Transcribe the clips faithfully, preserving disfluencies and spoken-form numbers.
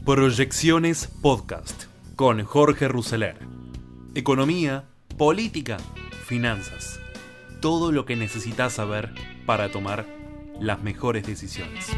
Proyecciones Podcast con Jorge Rousseler. Economía, política, finanzas. Todo lo que necesitas saber para tomar las mejores decisiones.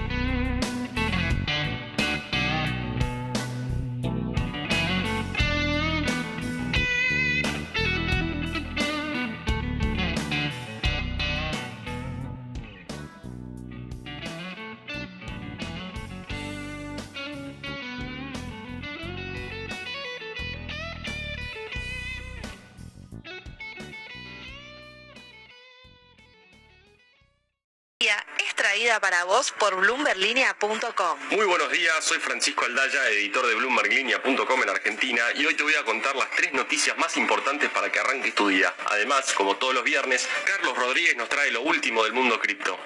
Es traída para vos por bloomberg linea punto com. Muy buenos días, soy Francisco Aldaya, editor de bloomberg linea punto com en Argentina, y hoy te voy a contar las tres noticias más importantes para que arranques tu día. Además, como todos los viernes, Carlos Rodríguez nos trae lo último del mundo cripto.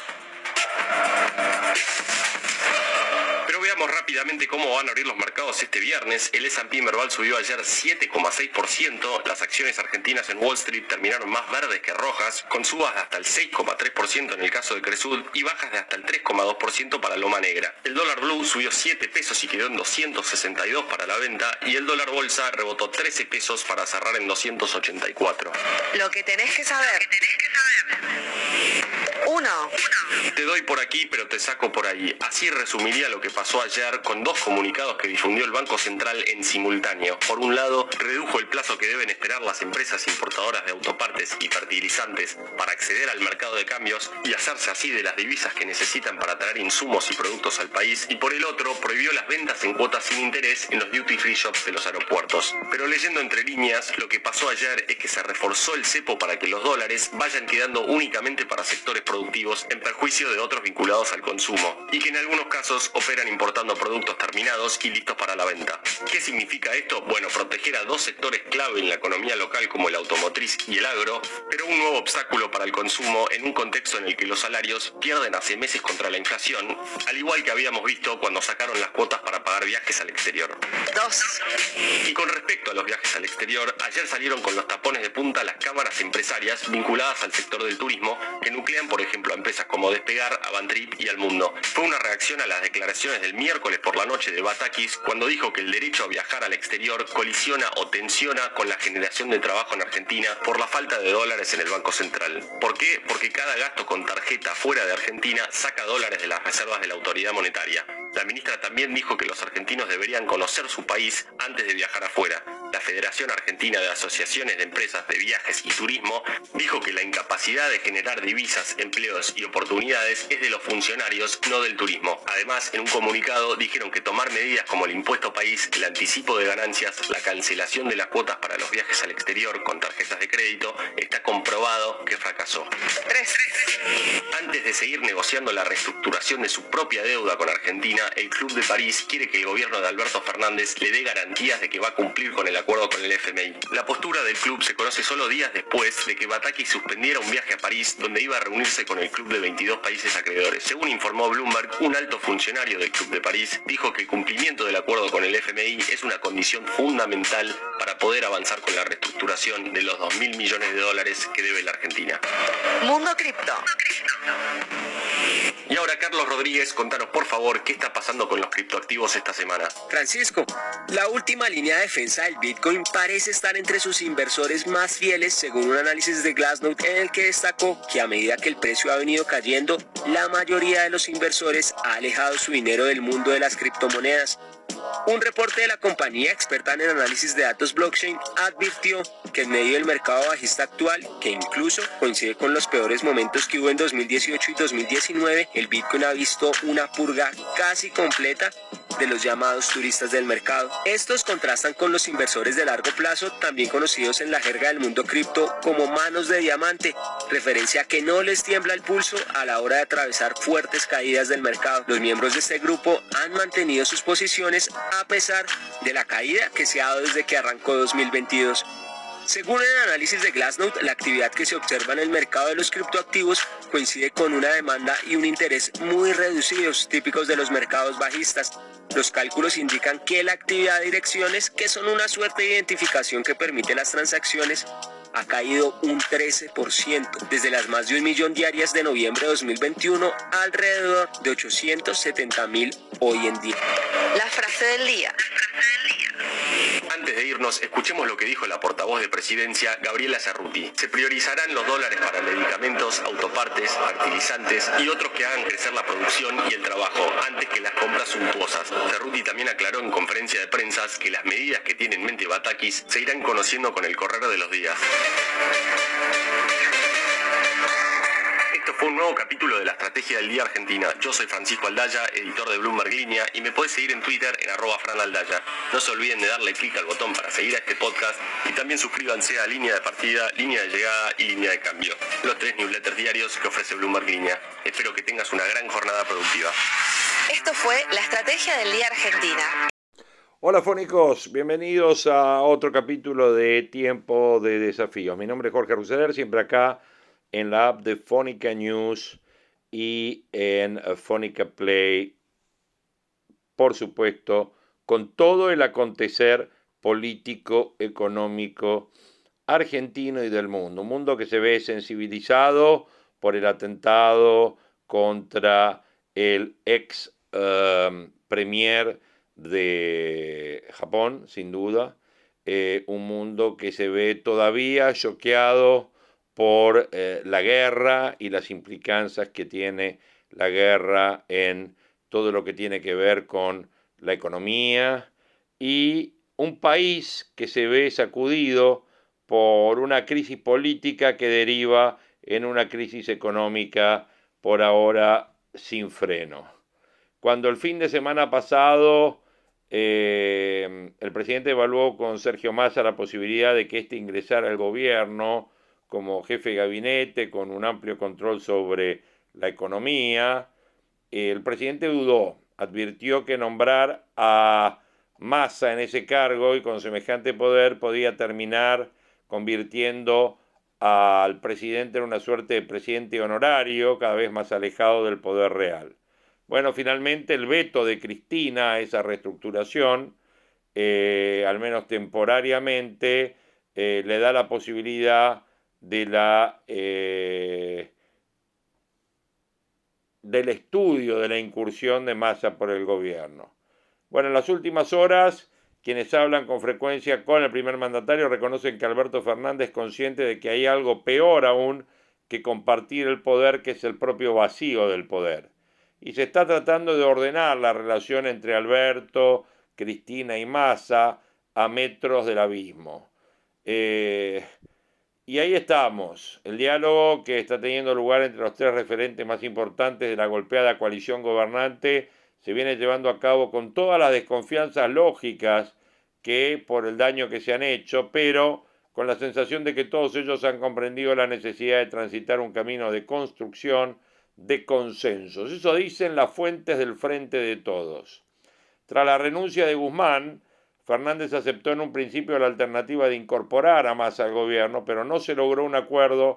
Pero veamos rápidamente cómo van a abrir los mercados este viernes. El ese and pe Merval subió ayer siete coma seis por ciento. Las acciones argentinas en Wall Street terminaron más verdes que rojas, con subas de hasta el seis coma tres por ciento en el caso de Cresud y bajas de hasta el tres coma dos por ciento para Loma Negra. El dólar blue subió siete pesos y quedó en doscientos sesenta y dos para la venta, y el dólar bolsa rebotó trece pesos para cerrar en doscientos ochenta y cuatro. Lo que tenés que saber. uno. Te doy por aquí, pero te saco por ahí. Así resumiría lo que pasó ayer con dos comunicados que difundió el Banco Central en simultáneo. Por un lado, redujo el plazo que deben esperar las empresas importadoras de autopartes y fertilizantes para acceder al mercado de cambios y hacerse así de las divisas que necesitan para traer insumos y productos al país. Y por el otro, prohibió las ventas en cuotas sin interés en los duty free shops de los aeropuertos. Pero leyendo entre líneas, lo que pasó ayer es que se reforzó el cepo para que los dólares vayan quedando únicamente para sectores productivos en perjuicio de otros vinculados al consumo, y que en algunos casos operan importando productos terminados y listos para la venta. ¿Qué significa esto? Bueno, proteger a dos sectores clave en la economía local como el automotriz y el agro, pero un nuevo obstáculo para el consumo en un contexto en el que los salarios pierden hace meses contra la inflación, al igual que habíamos visto cuando sacaron las cuotas para pagar viajes al exterior. dos. Y con respecto a los viajes al exterior, ayer salieron con los tapones de punta las cámaras empresarias vinculadas al sector del turismo, que nuclean por ejemplo a empresas como Despegar, Avantrip y Al Mundo. Fue una reacción a las declaraciones del miércoles por la noche de Batakis, cuando dijo que el derecho a viajar al exterior colisiona o tensiona con la generación de trabajo en Argentina por la falta de dólares en el Banco Central. ¿Por qué? Porque cada gasto con tarjeta fuera de Argentina saca dólares de las reservas de la autoridad monetaria. La ministra también dijo que los argentinos deberían conocer su país antes de viajar afuera. La Federación Argentina de Asociaciones de Empresas de Viajes y Turismo dijo que la incapacidad de generar divisas, empleos y oportunidades es de los funcionarios, no del turismo. Además, en un comunicado dijeron que tomar medidas como el impuesto país, el anticipo de ganancias, la cancelación de las cuotas para los viajes al exterior con tarjetas de crédito, está comprobado que fracasó. tres. Antes de seguir negociando la reestructuración de su propia deuda con Argentina, el Club de París quiere que el gobierno de Alberto Fernández le dé garantías de que va a cumplir con el acuerdo con el efe eme i. La postura del club se conoce solo días después de que Batakis suspendiera un viaje a París donde iba a reunirse con el club de veintidós países acreedores. Según informó Bloomberg, un alto funcionario del Club de París dijo que el cumplimiento del acuerdo con el efe eme i es una condición fundamental para poder avanzar con la reestructuración de los dos mil millones de dólares que debe la Argentina. Mundo cripto. Y ahora, Carlos Rodríguez, contanos por favor qué está pasando con los criptoactivos esta semana. Francisco, la última línea de defensa del Bitcoin parece estar entre sus inversores más fieles, según un análisis de Glassnode en el que destacó que a medida que el precio ha venido cayendo, la mayoría de los inversores ha alejado su dinero del mundo de las criptomonedas. Un reporte de la compañía experta en el análisis de datos blockchain advirtió que en medio del mercado bajista actual, que incluso coincide con los peores momentos que hubo en dos mil dieciocho y dos mil diecinueve, el Bitcoin ha visto una purga casi completa de los llamados turistas del mercado. Estos contrastan con los inversores de largo plazo, también conocidos en la jerga del mundo cripto como manos de diamante, referencia a que no les tiembla el pulso a la hora de atravesar fuertes caídas del mercado. Los miembros de este grupo han mantenido sus posiciones a pesar de la caída que se ha dado desde que arrancó dos mil veintidós. Según el análisis de Glassnode, la actividad que se observa en el mercado de los criptoactivos coincide con una demanda y un interés muy reducidos, típicos de los mercados bajistas. Los cálculos indican que la actividad de direcciones, que son una suerte de identificación que permite las transacciones, ha caído un trece por ciento, desde las más de un millón diarias de noviembre de dos mil veintiuno a alrededor de ochocientos setenta mil hoy en día. La frase del día. Antes de irnos, escuchemos lo que dijo la portavoz de Presidencia, Gabriela Cerruti. Se priorizarán los dólares para medicamentos, autopartes, fertilizantes y otros que hagan crecer la producción y el trabajo, antes que las compras suntuosas. Cerruti también aclaró en conferencia de prensa que las medidas que tiene en mente Batakis se irán conociendo con el correr de los días. Esto fue un nuevo capítulo de la Estrategia del Día Argentina. Yo soy Francisco Aldaya, editor de Bloomberg Línea, y me podés seguir en Twitter en arroba franaldaya. No se olviden de darle clic al botón para seguir a este podcast y también suscríbanse a Línea de Partida, Línea de Llegada y Línea de Cambio, los tres newsletters diarios que ofrece Bloomberg Línea. Espero que tengas una gran jornada productiva. Esto fue la Estrategia del Día Argentina. Hola fónicos, bienvenidos a otro capítulo de Tiempo de Desafíos. Mi nombre es Jorge Ruseler, siempre acá en la app de Fónica News y en Fónica Play, por supuesto, con todo el acontecer político, económico, argentino y del mundo. Un mundo que se ve sensibilizado por el atentado contra el ex eh, premier de Japón, sin duda. Eh, un mundo que se ve todavía choqueado por eh, la guerra y las implicancias que tiene la guerra en todo lo que tiene que ver con la economía, y un país que se ve sacudido por una crisis política que deriva en una crisis económica por ahora sin freno. Cuando el fin de semana pasado eh, el presidente evaluó con Sergio Massa la posibilidad de que éste ingresara al gobierno como jefe de gabinete con un amplio control sobre la economía, el presidente dudó, advirtió que nombrar a Massa en ese cargo y con semejante poder podía terminar convirtiendo al presidente en una suerte de presidente honorario, cada vez más alejado del poder real. Bueno, finalmente el veto de Cristina a esa reestructuración, eh, al menos temporariamente, eh, le da la posibilidad de la, eh, del estudio de la incursión de Massa por el gobierno. Bueno, en las últimas horas, quienes hablan con frecuencia con el primer mandatario reconocen que Alberto Fernández es consciente de que hay algo peor aún que compartir el poder, que es el propio vacío del poder. Y se está tratando de ordenar la relación entre Alberto, Cristina y Massa a metros del abismo. Eh... Y ahí estamos, el diálogo que está teniendo lugar entre los tres referentes más importantes de la golpeada coalición gobernante se viene llevando a cabo con todas las desconfianzas lógicas que por el daño que se han hecho, pero con la sensación de que todos ellos han comprendido la necesidad de transitar un camino de construcción, de consensos. Eso dicen las fuentes del Frente de Todos. Tras la renuncia de Guzmán, Fernández aceptó en un principio la alternativa de incorporar a Massa al gobierno, pero no se logró un acuerdo,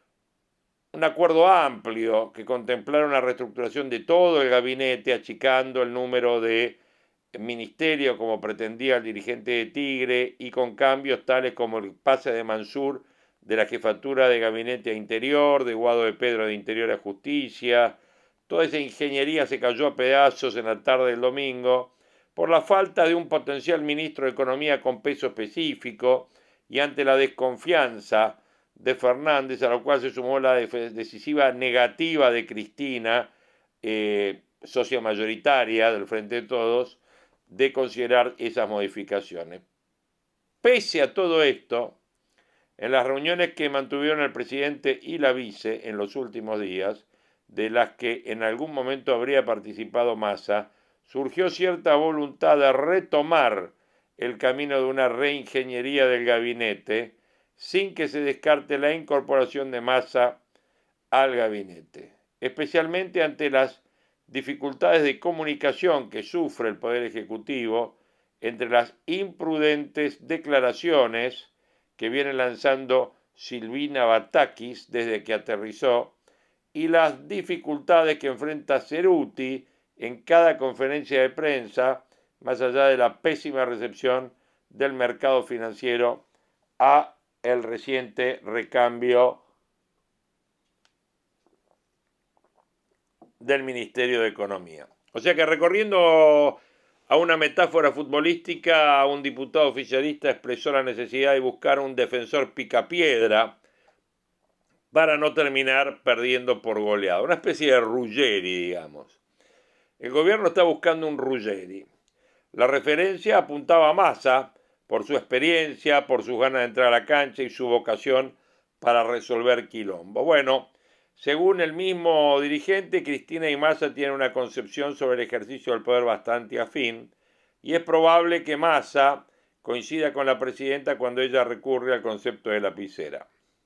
un acuerdo amplio que contemplara una reestructuración de todo el gabinete, achicando el número de ministerios como pretendía el dirigente de Tigre y con cambios tales como el pase de Mansur de la jefatura de gabinete a Interior, de Guado de Pedro de Interior a Justicia. Toda esa ingeniería se cayó a pedazos en la tarde del domingo por la falta de un potencial ministro de Economía con peso específico y ante la desconfianza de Fernández, a lo cual se sumó la decisiva negativa de Cristina, eh, socia mayoritaria del Frente de Todos, de considerar esas modificaciones. Pese a todo esto, en las reuniones que mantuvieron el presidente y la vice en los últimos días, de las que en algún momento habría participado Massa, surgió cierta voluntad de retomar el camino de una reingeniería del gabinete sin que se descarte la incorporación de Massa al gabinete, especialmente ante las dificultades de comunicación que sufre el Poder Ejecutivo entre las imprudentes declaraciones que viene lanzando Silvina Batakis desde que aterrizó y las dificultades que enfrenta Cerruti en cada conferencia de prensa, más allá de la pésima recepción del mercado financiero a el reciente recambio del Ministerio de Economía. O sea que, recorriendo a una metáfora futbolística, un diputado oficialista expresó la necesidad de buscar un defensor picapiedra para no terminar perdiendo por goleada. Una especie de Ruggeri, digamos. El gobierno está buscando un Ruggeri. La referencia apuntaba a Massa por su experiencia, por sus ganas de entrar a la cancha y su vocación para resolver quilombo. Bueno, según el mismo dirigente, Cristina y Massa tienen una concepción sobre el ejercicio del poder bastante afín y es probable que Massa coincida con la presidenta cuando ella recurre al concepto de lapicera.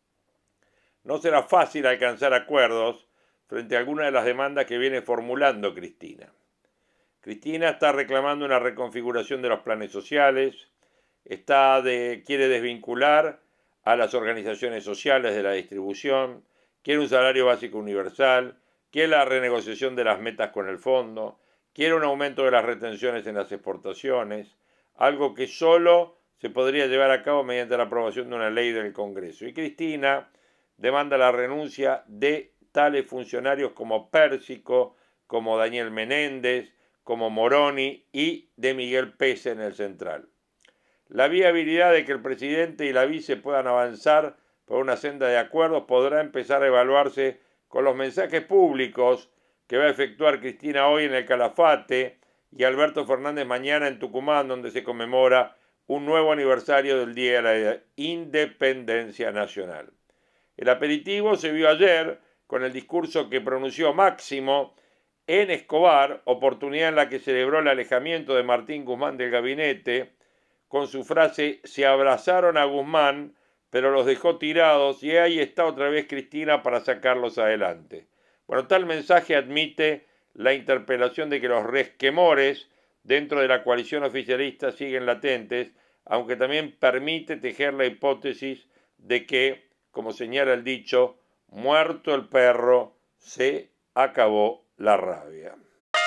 No será fácil alcanzar acuerdos frente a algunas de las demandas que viene formulando Cristina. Cristina está reclamando una reconfiguración de los planes sociales, está de, quiere desvincular a las organizaciones sociales de la distribución, quiere un salario básico universal, quiere la renegociación de las metas con el fondo, quiere un aumento de las retenciones en las exportaciones, algo que solo se podría llevar a cabo mediante la aprobación de una ley del Congreso. Y Cristina demanda la renuncia de tales funcionarios como Pérsico, como Daniel Menéndez, como Moroni y de Miguel Pese en el Central. La viabilidad de que el presidente y la vice puedan avanzar por una senda de acuerdos podrá empezar a evaluarse con los mensajes públicos que va a efectuar Cristina hoy en el Calafate y Alberto Fernández mañana en Tucumán, donde se conmemora un nuevo aniversario del Día de la Independencia Nacional. El aperitivo se vio ayer con el discurso que pronunció Máximo en Escobar, oportunidad en la que celebró el alejamiento de Martín Guzmán del gabinete, con su frase «Se abrazaron a Guzmán, pero los dejó tirados y ahí está otra vez Cristina para sacarlos adelante». Bueno, tal mensaje admite la interpelación de que los resquemores dentro de la coalición oficialista siguen latentes, aunque también permite tejer la hipótesis de que, como señala el dicho, muerto el perro, se acabó la rabia.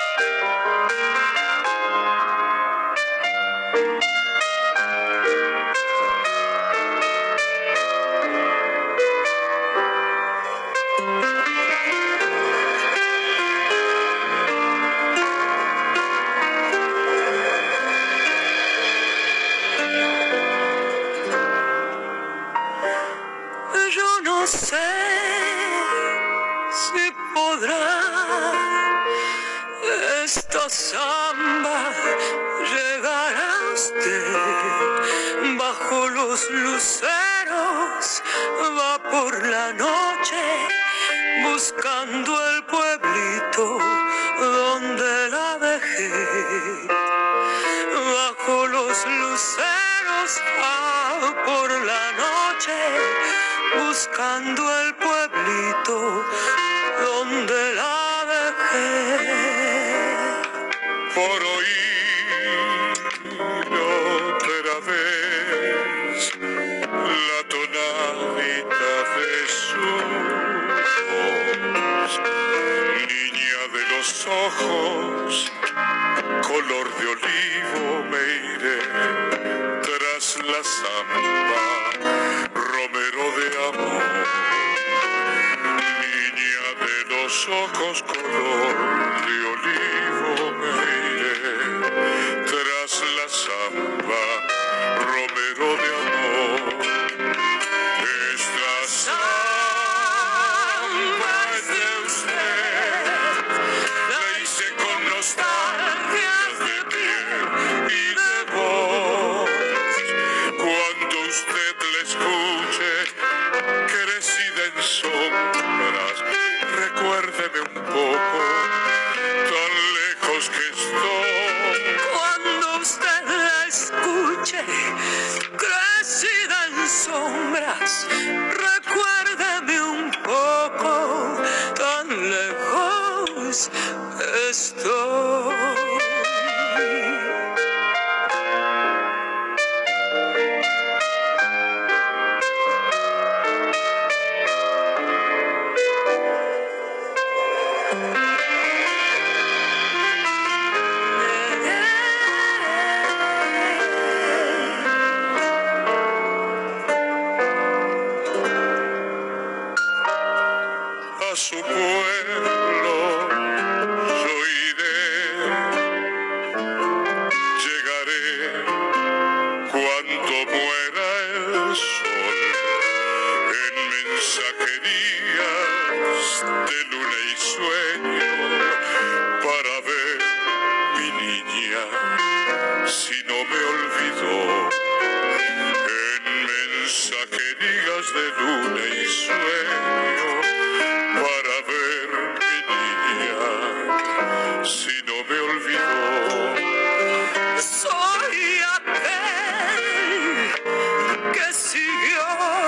Yo no sé si podrá esta samba llegar a usted. Bajo los luceros va por la noche buscando el pueblito donde la dejé. Bajo los luceros va por la noche buscando el pueblito donde la dejé. Por oír otra vez la tonadita de su voz, niña de los ojos, color de olivo me iré tras la samba, romero de amor, niña de los ojos, color de olivo me iré tras la samba, romero de amor. Esta samba es de usted, la hice con nostalgias de piel y de voz. Cuando usted la escuche, crecida en sombras, recuérdeme un poco, tan lejos que estoy. Cuando usted la escuche, crecida en sombras, recuérdame un poco, tan lejos estoy. si no me olvidó. Soy aquel que siguió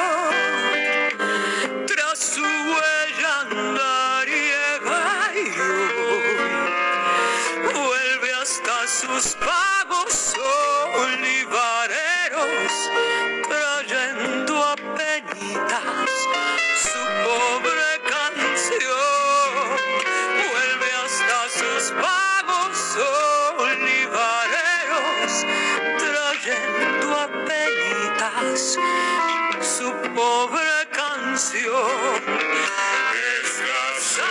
tras su huella andariega y hoy vuelve hasta sus pagos olivareros, trayendo a penitas su pobre canción. Vuelve hasta sus pagos olivareros, trayendo a penitas su pobre canción. Esta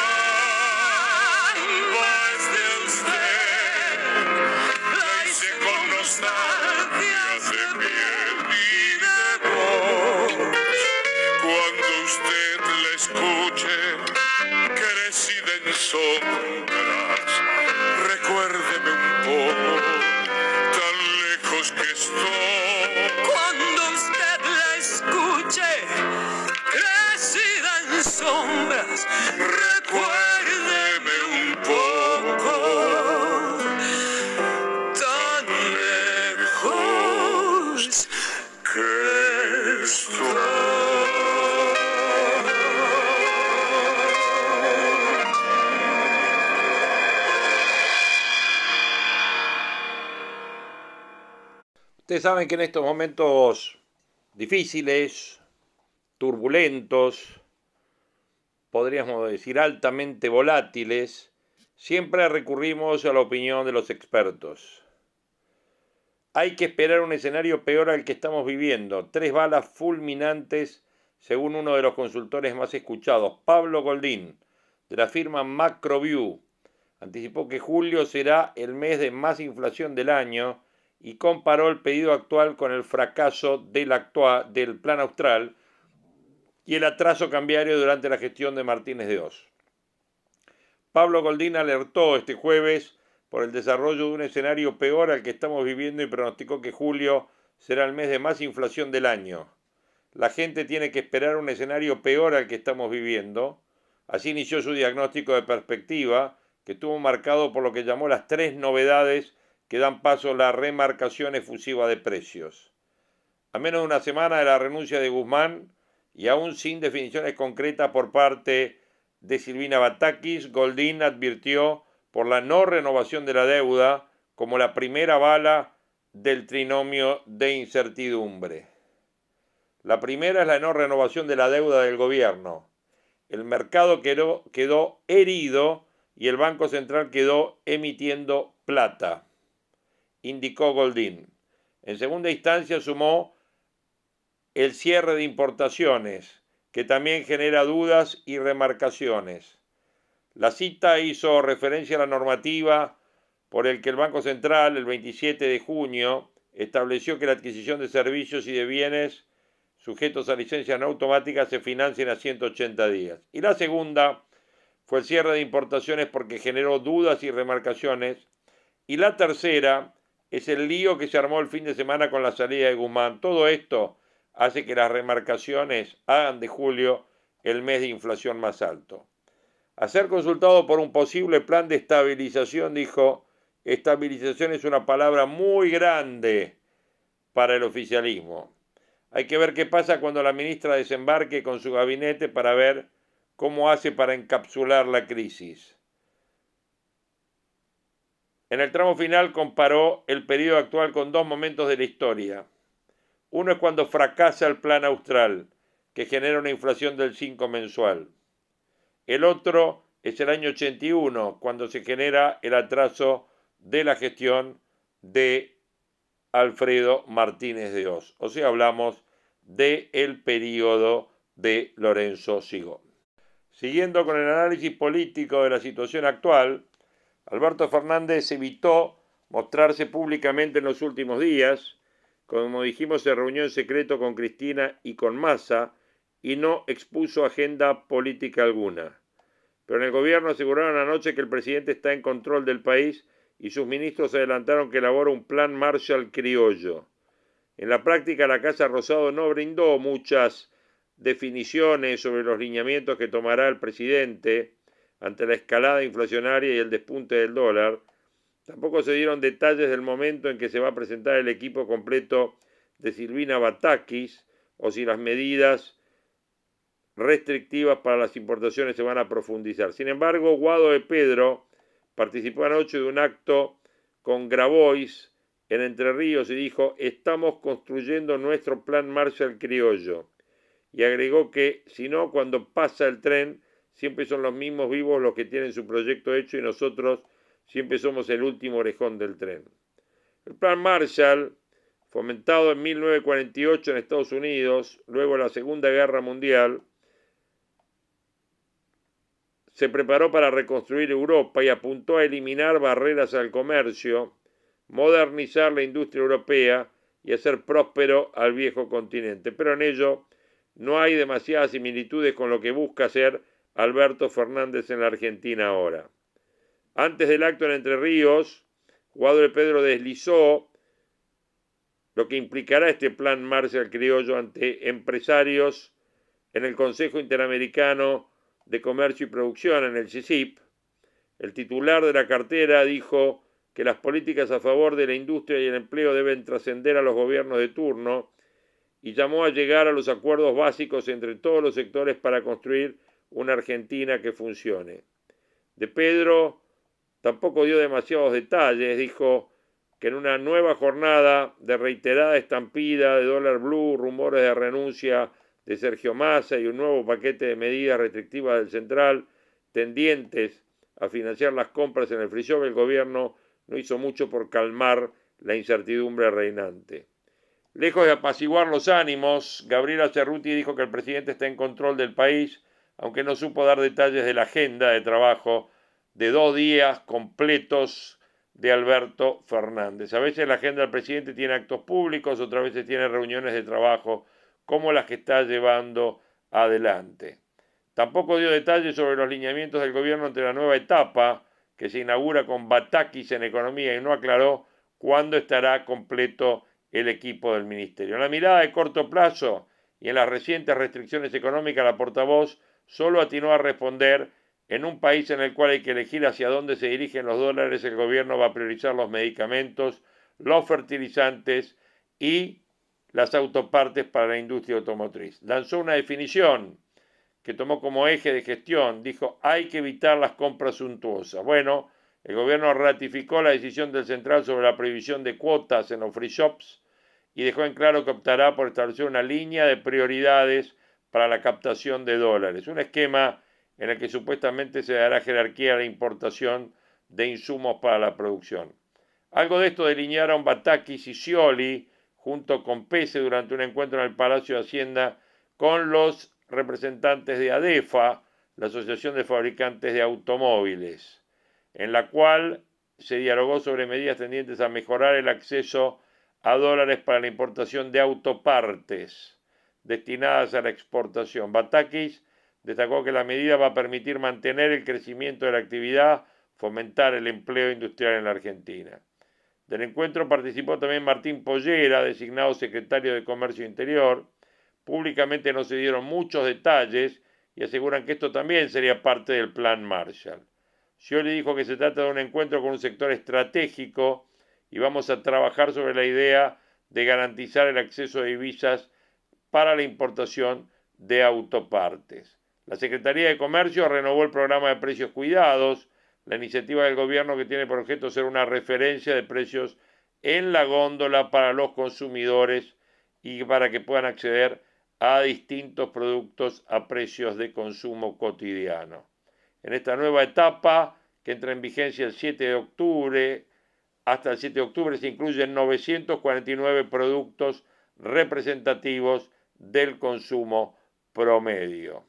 samba es de usted, la hice con nostalgias de piel y de voz. Cuando usted la escuche, crecida en sombras, recuérdeme un poco, tan lejos que estoy. Cuando usted la escuche, crecida en sombras, recuérdeme un poco, tan lejos que estoy. Ustedes saben que en estos momentos difíciles, turbulentos, podríamos decir altamente volátiles, siempre recurrimos a la opinión de los expertos. Hay que esperar un escenario peor al que estamos viviendo. Tres balas fulminantes, según uno de los consultores más escuchados, Pablo Goldín, de la firma Macroview, anticipó que julio será el mes de más inflación del año y comparó el pedido actual con el fracaso del, actual, del Plan Austral y el atraso cambiario durante la gestión de Martínez de Oz. Pablo Goldín alertó este jueves por el desarrollo de un escenario peor al que estamos viviendo y pronosticó que julio será el mes de más inflación del año. La gente tiene que esperar un escenario peor al que estamos viviendo. Así inició su diagnóstico de perspectiva, que estuvo marcado por lo que llamó las tres novedades que dan paso a la remarcación efusiva de precios. A menos de una semana de la renuncia de Guzmán y aún sin definiciones concretas por parte de Silvina Batakis, Goldín advirtió por la no renovación de la deuda como la primera bala del trinomio de incertidumbre. La primera es la no renovación de la deuda del gobierno. El mercado quedó, quedó herido y el Banco Central quedó emitiendo plata, indicó Goldín. En segunda instancia sumó el cierre de importaciones, que también genera dudas y remarcaciones. La cita hizo referencia a la normativa por el que el Banco Central, el veintisiete de junio, estableció que la adquisición de servicios y de bienes sujetos a licencias no automáticas se financien a ciento ochenta días. Y la segunda fue el cierre de importaciones porque generó dudas y remarcaciones. Y la tercera es el lío que se armó el fin de semana con la salida de Guzmán. Todo esto hace que las remarcaciones hagan de julio el mes de inflación más alto. A ser consultado por un posible plan de estabilización, dijo, estabilización es una palabra muy grande para el oficialismo. Hay que ver qué pasa cuando la ministra desembarque con su gabinete para ver cómo hace para encapsular la crisis. En el tramo final comparó el periodo actual con dos momentos de la historia. Uno es cuando fracasa el Plan Austral, que genera una inflación del cinco mensual. El otro es el año ochenta y uno, cuando se genera el atraso de la gestión de Alfredo Martínez de Oz. O sea, hablamos del periodo de Lorenzo Sigón. Siguiendo con el análisis político de la situación actual, Alberto Fernández evitó mostrarse públicamente en los últimos días. Como dijimos, se reunió en secreto con Cristina y con Massa y no expuso agenda política alguna. Pero en el gobierno aseguraron anoche que el presidente está en control del país y sus ministros adelantaron que elabora un plan Marshall criollo. En la práctica, la Casa Rosado no brindó muchas definiciones sobre los lineamientos que tomará el presidente, ante la escalada inflacionaria y el despunte del dólar. Tampoco se dieron detalles del momento en que se va a presentar el equipo completo de Silvina Batakis o si las medidas restrictivas para las importaciones se van a profundizar. Sin embargo, Guado de Pedro participó anoche de un acto con Grabois en Entre Ríos y dijo: estamos construyendo nuestro plan Marshall criollo. Y agregó que, si no, cuando pasa el tren, siempre son los mismos vivos los que tienen su proyecto hecho y nosotros siempre somos el último orejón del tren. El plan Marshall, fomentado en mil novecientos cuarenta y ocho en Estados Unidos, luego de la Segunda Guerra Mundial, se preparó para reconstruir Europa y apuntó a eliminar barreras al comercio, modernizar la industria europea y hacer próspero al viejo continente. Pero en ello no hay demasiadas similitudes con lo que busca hacer Alberto Fernández en la Argentina ahora. Antes del acto en Entre Ríos, Guado de Pedro deslizó lo que implicará este plan Marshall criollo ante empresarios en el Consejo Interamericano de Comercio y Producción, en el C I C I P. El titular de la cartera dijo que las políticas a favor de la industria y el empleo deben trascender a los gobiernos de turno y llamó a llegar a los acuerdos básicos entre todos los sectores para construir una Argentina que funcione. De Pedro tampoco dio demasiados detalles, dijo que en una nueva jornada de reiterada estampida de dólar blue, rumores de renuncia de Sergio Massa y un nuevo paquete de medidas restrictivas del Central tendientes a financiar las compras en el free shop, el gobierno no hizo mucho por calmar la incertidumbre reinante. Lejos de apaciguar los ánimos, Gabriela Cerruti dijo que el presidente está en control del país, aunque no supo dar detalles de la agenda de trabajo de dos días completos de Alberto Fernández. A veces la agenda del presidente tiene actos públicos, otras veces tiene reuniones de trabajo como las que está llevando adelante. Tampoco dio detalles sobre los lineamientos del gobierno ante la nueva etapa que se inaugura con Batakis en economía y no aclaró cuándo estará completo el equipo del ministerio. En la mirada de corto plazo y en las recientes restricciones económicas, la portavoz solo atinó a responder: en un país en el cual hay que elegir hacia dónde se dirigen los dólares, el gobierno va a priorizar los medicamentos, los fertilizantes y las autopartes para la industria automotriz. Lanzó una definición que tomó como eje de gestión. Dijo: hay que evitar las compras suntuosas. Bueno, el gobierno ratificó la decisión del Central sobre la prohibición de cuotas en los free shops y dejó en claro que optará por establecer una línea de prioridades para la captación de dólares. Un esquema en el que supuestamente se dará jerarquía a la importación de insumos para la producción. Algo de esto delinearon Batakis y Scioli junto con Pese durante un encuentro en el Palacio de Hacienda con los representantes de ADEFA, la Asociación de Fabricantes de Automóviles, en la cual se dialogó sobre medidas tendientes a mejorar el acceso a dólares para la importación de autopartes destinadas a la exportación. Batakis destacó que la medida va a permitir mantener el crecimiento de la actividad, fomentar el empleo industrial en la Argentina. Del encuentro participó también Martín Pollera, designado secretario de Comercio Interior. Públicamente no se dieron muchos detalles y aseguran que esto también sería parte del plan Marshall. Scioli dijo que se trata de un encuentro con un sector estratégico y vamos a trabajar sobre la idea de garantizar el acceso de divisas para la importación de autopartes. La Secretaría de Comercio renovó el programa de precios cuidados, la iniciativa del gobierno que tiene por objeto ser una referencia de precios en la góndola para los consumidores y para que puedan acceder a distintos productos a precios de consumo cotidiano. En esta nueva etapa, que entra en vigencia el siete de octubre, hasta el siete de octubre se incluyen novecientos cuarenta y nueve productos representativos del consumo promedio.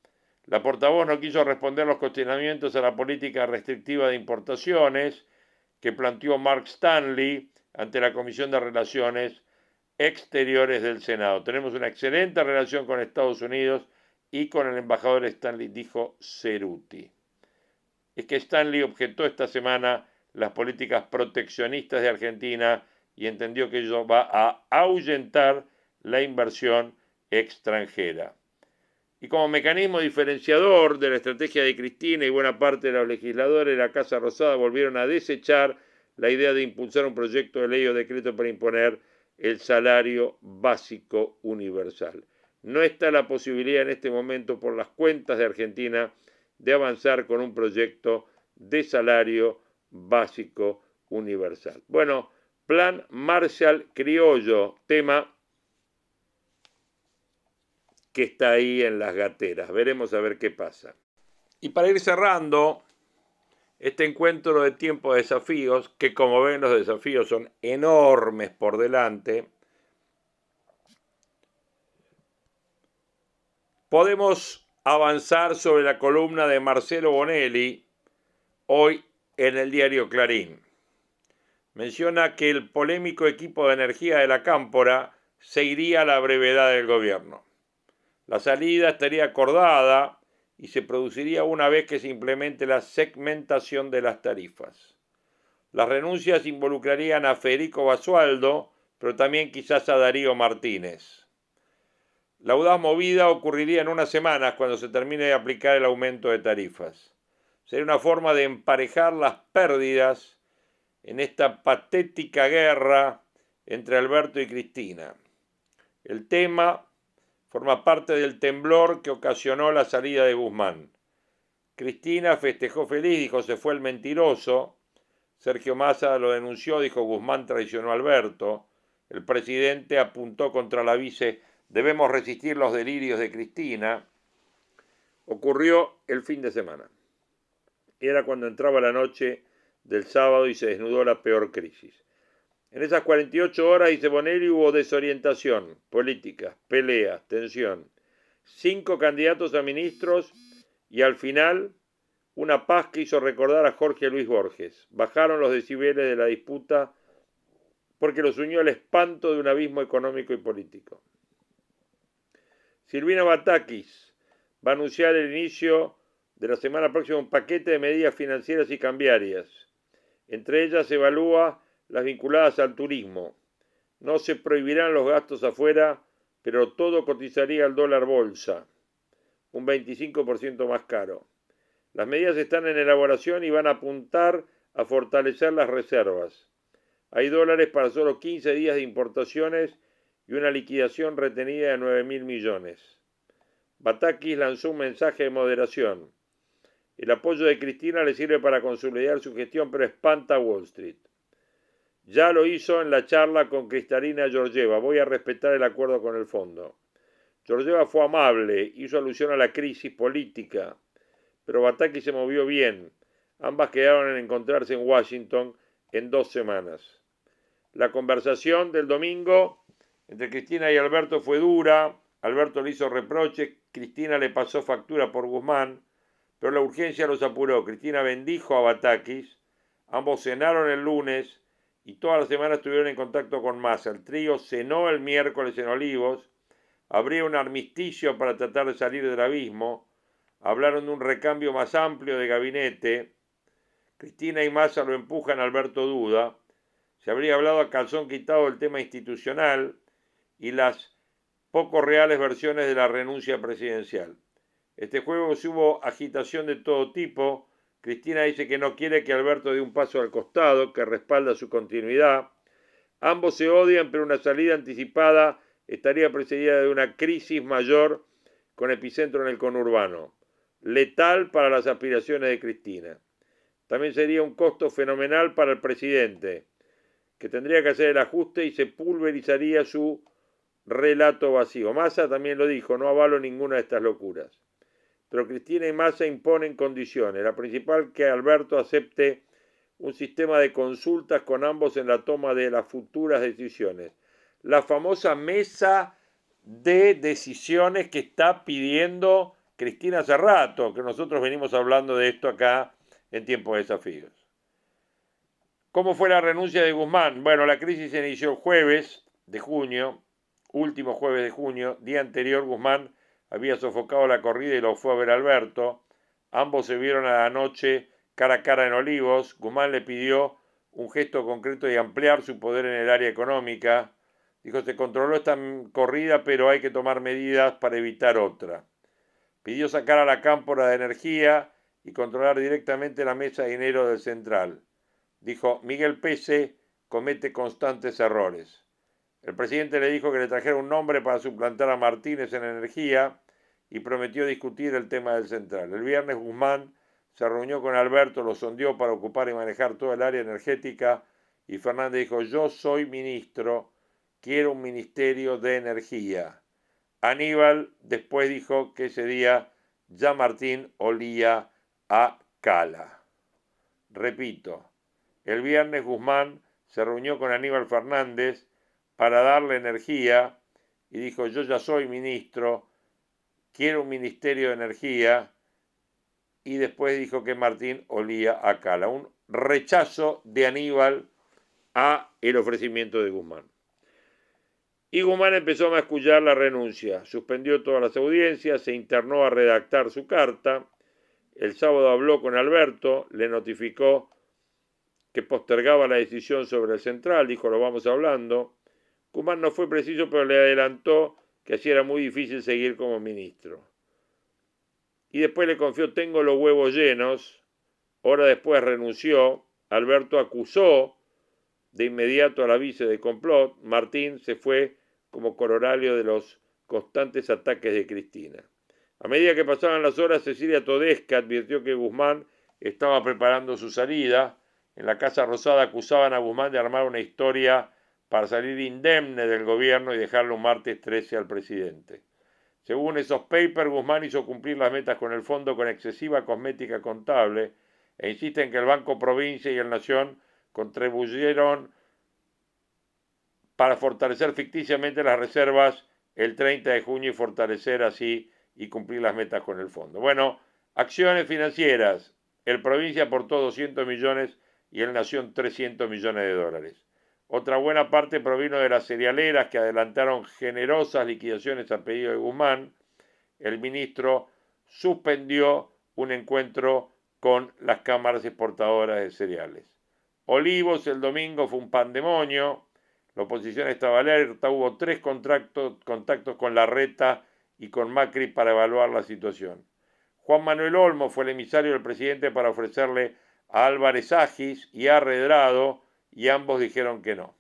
La portavoz no quiso responder los cuestionamientos a la política restrictiva de importaciones que planteó Mark Stanley ante la Comisión de Relaciones Exteriores del Senado. Tenemos una excelente relación con Estados Unidos y con el embajador Stanley, dijo Cerruti. Es que Stanley objetó esta semana las políticas proteccionistas de Argentina y entendió que ello va a ahuyentar la inversión extranjera. Y como mecanismo diferenciador de la estrategia de Cristina y buena parte de los legisladores de la Casa Rosada volvieron a desechar la idea de impulsar un proyecto de ley o decreto para imponer el salario básico universal. No está la posibilidad en este momento por las cuentas de Argentina de avanzar con un proyecto de salario básico universal. Bueno, Plan Marshall Criollo, tema que está ahí en las gateras. Veremos a ver qué pasa. Y para ir cerrando este encuentro de tiempo de desafíos, que como ven los desafíos son enormes por delante, podemos avanzar sobre la columna de Marcelo Bonelli, hoy en el diario Clarín. Menciona que el polémico equipo de energía de la Cámpora se iría a la brevedad del gobierno. La salida estaría acordada y se produciría una vez que se implemente la segmentación de las tarifas. Las renuncias involucrarían a Federico Basualdo, pero también quizás a Darío Martínez. La audaz movida ocurriría en unas semanas cuando se termine de aplicar el aumento de tarifas. Sería una forma de emparejar las pérdidas en esta patética guerra entre Alberto y Cristina. El tema forma parte del temblor que ocasionó la salida de Guzmán. Cristina festejó feliz, dijo se fue el mentiroso. Sergio Massa lo denunció, dijo Guzmán traicionó a Alberto. El presidente apuntó contra la vice, debemos resistir los delirios de Cristina. Ocurrió el fin de semana. Era cuando entraba la noche del sábado y se desnudó la peor crisis. En esas cuarenta y ocho horas, dice Bonelli, hubo desorientación política, peleas, tensión. Cinco candidatos a ministros y al final una paz que hizo recordar a Jorge Luis Borges. Bajaron los decibeles de la disputa porque los unió el espanto de un abismo económico y político. Silvina Batakis va a anunciar el inicio de la semana próxima un paquete de medidas financieras y cambiarias. Entre ellas se evalúa las vinculadas al turismo. No se prohibirán los gastos afuera, pero todo cotizaría al dólar bolsa, un veinticinco por ciento más caro. Las medidas están en elaboración y van a apuntar a fortalecer las reservas. Hay dólares para solo quince días de importaciones y una liquidación retenida de nueve mil millones. Batakis lanzó un mensaje de moderación. El apoyo de Cristina le sirve para consolidar su gestión, pero espanta a Wall Street. Ya lo hizo en la charla con Kristalina Georgieva. Voy a respetar el acuerdo con el fondo. Georgieva fue amable, hizo alusión a la crisis política, pero Batakis se movió bien. Ambas quedaron en encontrarse en Washington en dos semanas. La conversación del domingo entre Cristina y Alberto fue dura. Alberto le hizo reproches, Cristina le pasó factura por Guzmán, pero la urgencia los apuró. Cristina bendijo a Batakis, ambos cenaron el lunes y toda la semana estuvieron en contacto con Massa. El trío cenó el miércoles en Olivos, habría un armisticio para tratar de salir del abismo, hablaron de un recambio más amplio de gabinete. Cristina y Massa lo empujan a Alberto Duda. Se habría hablado a calzón quitado del tema institucional y las poco reales versiones de la renuncia presidencial. Este jueves hubo agitación de todo tipo. Cristina dice que no quiere que Alberto dé un paso al costado, que respalda su continuidad. Ambos se odian, pero una salida anticipada estaría precedida de una crisis mayor con epicentro en el conurbano, letal para las aspiraciones de Cristina. También sería un costo fenomenal para el presidente, que tendría que hacer el ajuste y se pulverizaría su relato vacío. Massa también lo dijo, no avalo ninguna de estas locuras. Pero Cristina y Massa imponen condiciones. La principal, que Alberto acepte un sistema de consultas con ambos en la toma de las futuras decisiones. La famosa mesa de decisiones que está pidiendo Cristina hace rato, que nosotros venimos hablando de esto acá en Tiempo de Desafíos. ¿Cómo fue la renuncia de Guzmán? Bueno, la crisis se inició el jueves de junio, último jueves de junio, día anterior Guzmán había sofocado la corrida y lo fue a ver a Alberto. Ambos se vieron a la noche cara a cara en Olivos. Guzmán le pidió un gesto concreto de ampliar su poder en el área económica. Dijo, se controló esta corrida, pero hay que tomar medidas para evitar otra. Pidió sacar a la cámpora de energía y controlar directamente la mesa de dinero del central. Dijo, Miguel Pese comete constantes errores. El presidente le dijo que le trajera un nombre para suplantar a Martínez en energía y prometió discutir el tema del central. El viernes Guzmán se reunió con Alberto, lo sondeó para ocupar y manejar todo el área energética y Fernández dijo, yo soy ministro, quiero un ministerio de energía. Aníbal después dijo que ese día ya Martín olía a cala. Repito, el viernes Guzmán se reunió con Aníbal Fernández para darle energía y dijo, yo ya soy ministro, quiero un ministerio de energía, y después dijo que Martín olía a cala. Un rechazo de Aníbal a el ofrecimiento de Guzmán. Y Guzmán empezó a mascullar la renuncia, suspendió todas las audiencias, se internó a redactar su carta. El sábado habló con Alberto, le notificó que postergaba la decisión sobre el central, dijo, lo vamos hablando. Guzmán no fue preciso, pero le adelantó que así era muy difícil seguir como ministro. Y después le confió, tengo los huevos llenos. Hora después renunció. Alberto acusó de inmediato a la vice de complot. Martín se fue como corolario de los constantes ataques de Cristina. A medida que pasaban las horas, Cecilia Todesca advirtió que Guzmán estaba preparando su salida. En la Casa Rosada acusaban a Guzmán de armar una historia para salir indemne del gobierno y dejarle un martes trece al presidente. Según esos papers, Guzmán hizo cumplir las metas con el fondo con excesiva cosmética contable e insiste en que el Banco Provincia y el Nación contribuyeron para fortalecer ficticiamente las reservas el treinta de junio y fortalecer así y cumplir las metas con el fondo. Bueno, acciones financieras. El Provincia aportó doscientos millones y el Nación trescientos millones de dólares. Otra buena parte provino de las cerealeras que adelantaron generosas liquidaciones a pedido de Guzmán. El ministro suspendió un encuentro con las cámaras exportadoras de cereales. Olivos el domingo fue un pandemonio. La oposición estaba alerta. Hubo tres contactos, contactos con Larreta y con Macri para evaluar la situación. Juan Manuel Olmo fue el emisario del presidente para ofrecerle a Álvarez Agis y a Redrado, y ambos dijeron que no.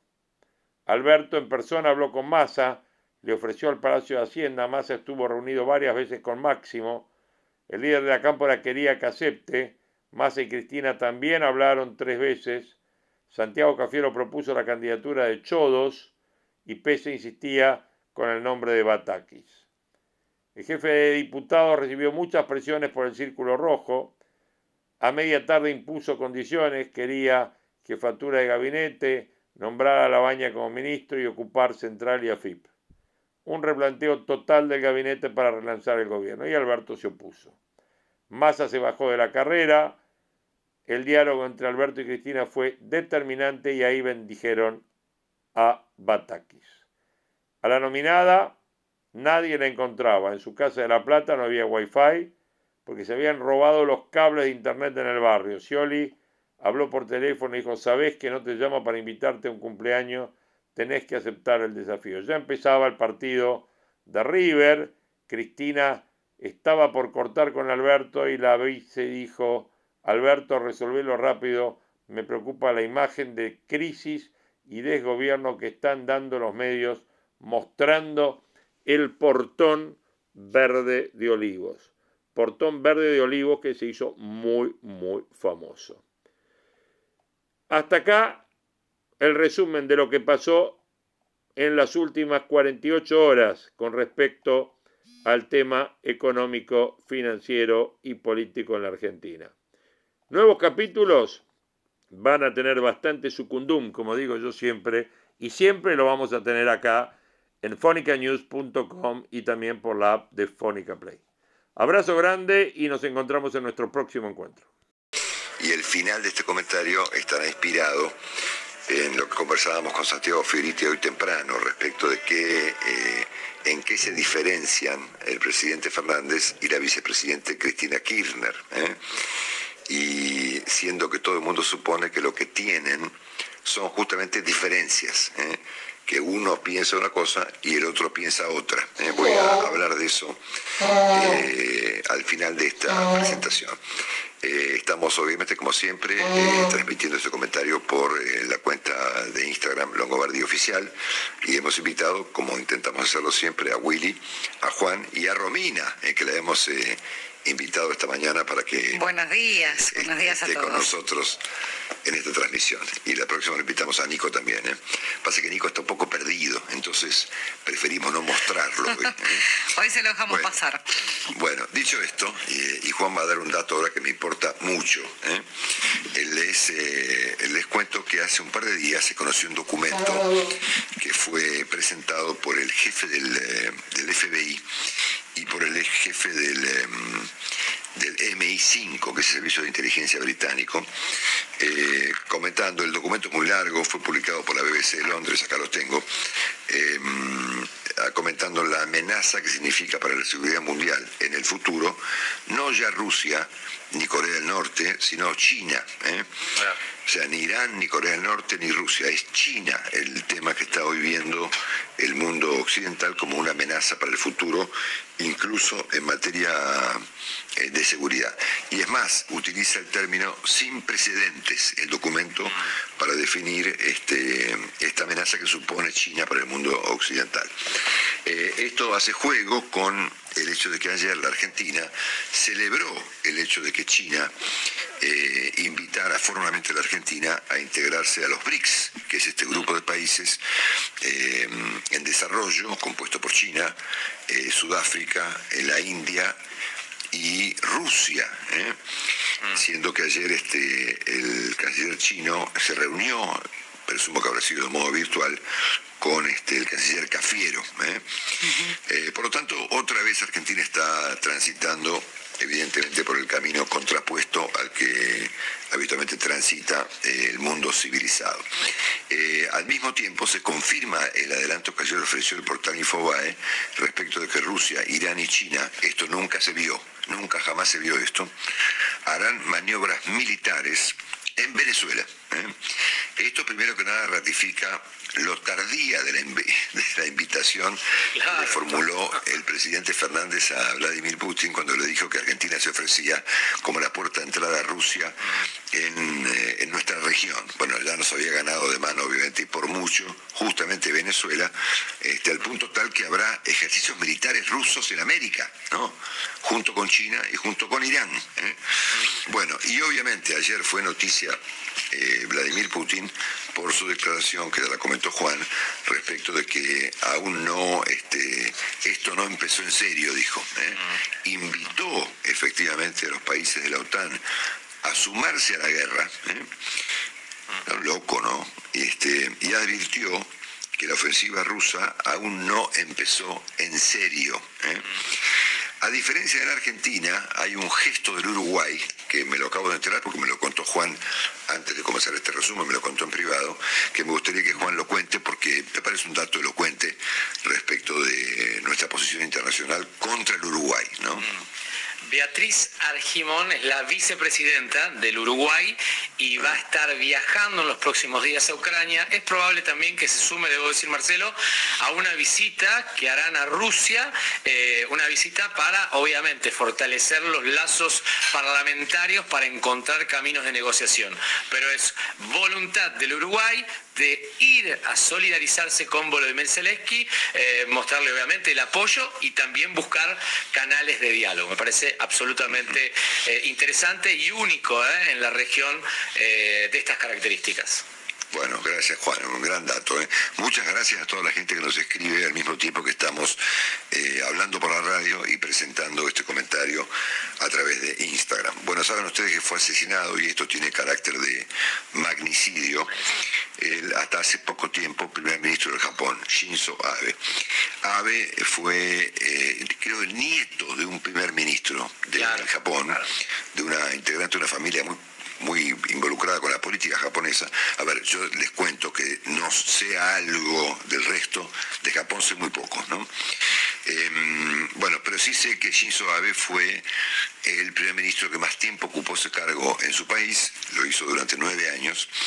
Alberto en persona habló con Massa, le ofreció al Palacio de Hacienda. Massa estuvo reunido varias veces con Máximo. El líder de la cámpora quería que acepte. Massa y Cristina también hablaron tres veces. Santiago Cafiero propuso la candidatura de Chodos y Pese insistía con el nombre de Batakis. El jefe de diputados recibió muchas presiones por el Círculo Rojo. A media tarde impuso condiciones, quería jefatura de gabinete, nombrar a Labaña como ministro y ocupar Central y A F I P. Un replanteo total del gabinete para relanzar el gobierno y Alberto se opuso. Massa se bajó de la carrera. El diálogo entre Alberto y Cristina fue determinante y ahí bendijeron a Batakis. A la nominada nadie la encontraba. En su casa de La Plata no había wifi porque se habían robado los cables de internet en el barrio. Scioli habló por teléfono y dijo, sabés que no te llamo para invitarte a un cumpleaños, tenés que aceptar el desafío. Ya empezaba el partido de River. Cristina estaba por cortar con Alberto y la vice dijo, Alberto, resolvélo rápido, me preocupa la imagen de crisis y desgobierno que están dando los medios mostrando el portón verde de Olivos. Portón verde de Olivos que se hizo muy, muy famoso. Hasta acá el resumen de lo que pasó en las últimas cuarenta y ocho horas con respecto al tema económico, financiero y político en la Argentina. Nuevos capítulos van a tener bastante sucundum, como digo yo siempre, y siempre lo vamos a tener acá en fonica news punto com y también por la app de Fónica Play. Abrazo grande y nos encontramos en nuestro próximo encuentro. Y el final de este comentario estará inspirado en lo que conversábamos con Santiago Fioriti hoy temprano respecto de que, eh, en qué se diferencian el presidente Fernández y la vicepresidente Cristina Kirchner. ¿eh? Y siendo que todo el mundo supone que lo que tienen son justamente diferencias, ¿eh? que uno piensa una cosa y el otro piensa otra. Eh, voy a hablar de eso eh, al final de esta presentación. Eh, estamos obviamente como siempre eh, transmitiendo este comentario por eh, la cuenta de Instagram Longobardi Oficial, y hemos invitado, como intentamos hacerlo siempre, a Willy, a Juan y a Romina, eh, que la hemos eh, invitado esta mañana para que buenos días, eh, buenos días a esté todos. con nosotros en esta transmisión. Y la próxima lo invitamos a Nico también. ¿eh? Pasa que Nico está un poco perdido, entonces preferimos no mostrarlo. ¿eh? Hoy se lo dejamos bueno, pasar. Bueno, dicho esto, eh, y Juan va a dar un dato ahora que me importa mucho. ¿eh? Les, eh, les cuento que hace un par de días se conoció un documento que fue presentado por el jefe del, eh, del F B I y por el ex jefe del, eh, del M I cinco, que es el Servicio de Inteligencia Británico, eh, comentando, el documento es muy largo, fue publicado por la B B C de Londres, acá lo tengo, eh, comentando la amenaza que significa para la seguridad mundial en el futuro, no ya Rusia ni Corea del Norte, sino China. ¿eh? O sea, ni Irán, ni Corea del Norte, ni Rusia, es China el tema que está hoy viendo el mundo occidental como una amenaza para el futuro, incluso en materia eh, de seguridad. Y es más, utiliza el término sin precedentes, el documento, para definir este, esta amenaza que supone China para el mundo occidental. Eh, esto hace juego con el hecho de que ayer la Argentina celebró el hecho de que China eh, invitara formalmente a la Argentina a integrarse a los BRICS, que es este grupo de países eh, en desarrollo compuesto por China, eh, Sudáfrica, eh, la India y Rusia, ¿eh? siendo que ayer este, el canciller chino se reunió, presumo que habrá sido de modo virtual, con este, el canciller Cafiero. ¿eh? Uh-huh. Eh, por lo tanto, otra vez Argentina está transitando evidentemente por el camino contrapuesto al que habitualmente transita eh, el mundo civilizado. Eh, al mismo tiempo se confirma el adelanto que ayer ofreció el portal Infobae respecto de que Rusia, Irán y China, esto nunca se vio, nunca jamás se vio esto, harán maniobras militares en Venezuela. ¿eh? Esto primero que nada ratifica lo tardía de la, de la invitación claro. que formuló el presidente Fernández a Vladimir Putin cuando le dijo que Argentina se ofrecía como la puerta de entrada a Rusia en, eh, en nuestra región. Bueno, ya nos había ganado de mano, obviamente, y por mucho, justamente Venezuela, este, al punto tal que habrá ejercicios militares rusos en América, ¿no? Junto con China y junto con Irán. ¿eh? Bueno, y obviamente ayer fue noticia eh, Vladimir Putin por su declaración, que ya la comentó Juan, respecto de que aún no, este, esto no empezó en serio, dijo. ¿eh? Invitó efectivamente a los países de la OTAN a sumarse a la guerra, ¿eh? loco, ¿no? Este, y advirtió que la ofensiva rusa aún no empezó en serio. ¿eh? A diferencia de la Argentina, hay un gesto del Uruguay, que me lo acabo de enterar porque me lo contó Juan antes de comenzar este resumen, me lo contó en privado, que me gustaría que Juan lo cuente porque me parece un dato elocuente respecto de nuestra posición internacional contra el Uruguay, ¿no? Beatriz Argimón es la vicepresidenta del Uruguay y va a estar viajando en los próximos días a Ucrania. Es probable también que se sume, debo decir, Marcelo, a una visita que harán a Rusia, eh, una visita para, obviamente, fortalecer los lazos parlamentarios para encontrar caminos de negociación. Pero es voluntad del Uruguay de ir a solidarizarse con Volodymyr Zelensky, eh, mostrarle obviamente el apoyo y también buscar canales de diálogo. Me parece absolutamente eh, interesante y único eh, en la región eh, de estas características. Bueno, gracias Juan, un gran dato. ¿eh? Muchas gracias a toda la gente que nos escribe al mismo tiempo que estamos eh, hablando por la radio y presentando este comentario a través de Instagram. Bueno, saben ustedes que fue asesinado, y esto tiene carácter de magnicidio, el, hasta hace poco tiempo, primer ministro del Japón, Shinzo Abe. Abe fue, eh, creo, el nieto de un primer ministro del claro, Japón, claro. de una integrante de una familia muy muy involucrada con la política japonesa. A ver, yo les cuento que no sé algo del resto de Japón, sé muy poco, ¿no? Eh, bueno, pero sí sé que Shinzo Abe fue el primer ministro que más tiempo ocupó ese cargo en su país, lo hizo durante nueve años,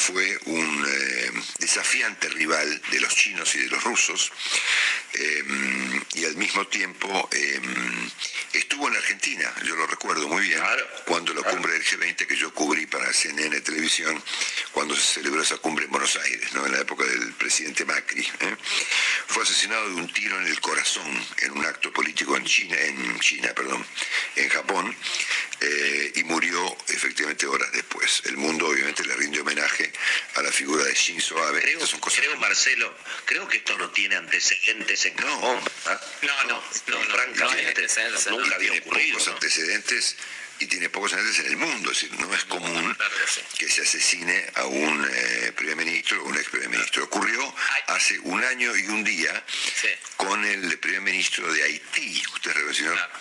fue un eh, desafiante rival de los chinos y de los rusos, eh, y al mismo tiempo eh, estuvo en la Argentina, yo lo recuerdo muy bien, claro, cuando la claro. cumbre del G veinte que yo cubrí para C N N Televisión, cuando se celebró esa cumbre en Buenos Aires, ¿no? En la época del presidente Macri, ¿eh? Fue asesinado de un tiro en el corazón en un acto político en China, en China, perdón, en Japón, eh, y murió efectivamente horas después. El mundo obviamente le rinde homenaje a la figura de Shinzo Abe. Creo, son cosas creo Marcelo, creo que esto no tiene antecedentes en Japón. No, no, no, no, no francamente, no nunca había tiene ocurrido. Pocos ¿no? antecedentes y tiene pocos antecedentes en el mundo, es decir, no es común que se asesine a un eh, primer ministro o un ex primer ministro. Ocurrió hace un año y un día sí. con el primer ministro de Haití. ¿Usted relacionó? Claro.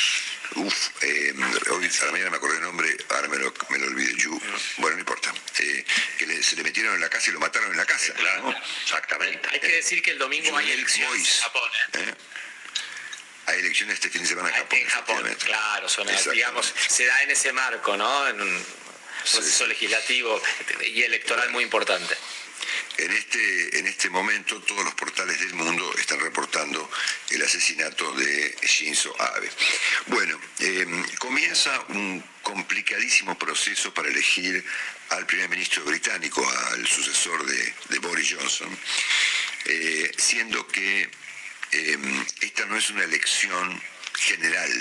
Uf, eh, hoy a la mañana me acordé el nombre, ahora me lo, me lo olvidé, Yu, bueno, no importa, eh, que le, se le metieron en la casa y lo mataron en la casa. Claro, ¿no? Exactamente. Hay que decir que el domingo hay elecciones en Japón, ¿eh? ¿Eh? Hay elecciones este fin de semana en Japón. En Japón, claro, son, digamos, se da en ese marco, ¿no? En un proceso sí. legislativo y electoral muy importante. En este, en este momento todos los portales del mundo están reportando el asesinato de Shinzo Abe. Bueno, eh, comienza un complicadísimo proceso para elegir al primer ministro británico, al sucesor de, de Boris Johnson, eh, siendo que eh, esta no es una elección general.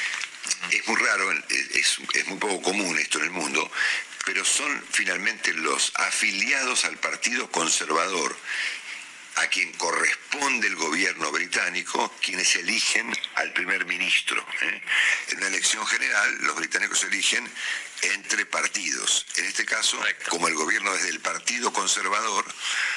Es muy raro, es, es muy poco común esto en el mundo, pero son finalmente los afiliados al Partido Conservador, a quien corresponde el gobierno británico, quienes eligen al primer ministro. ¿eh? En una elección general, los británicos eligen entre partidos. En este caso, correcto, como el gobierno es del Partido Conservador,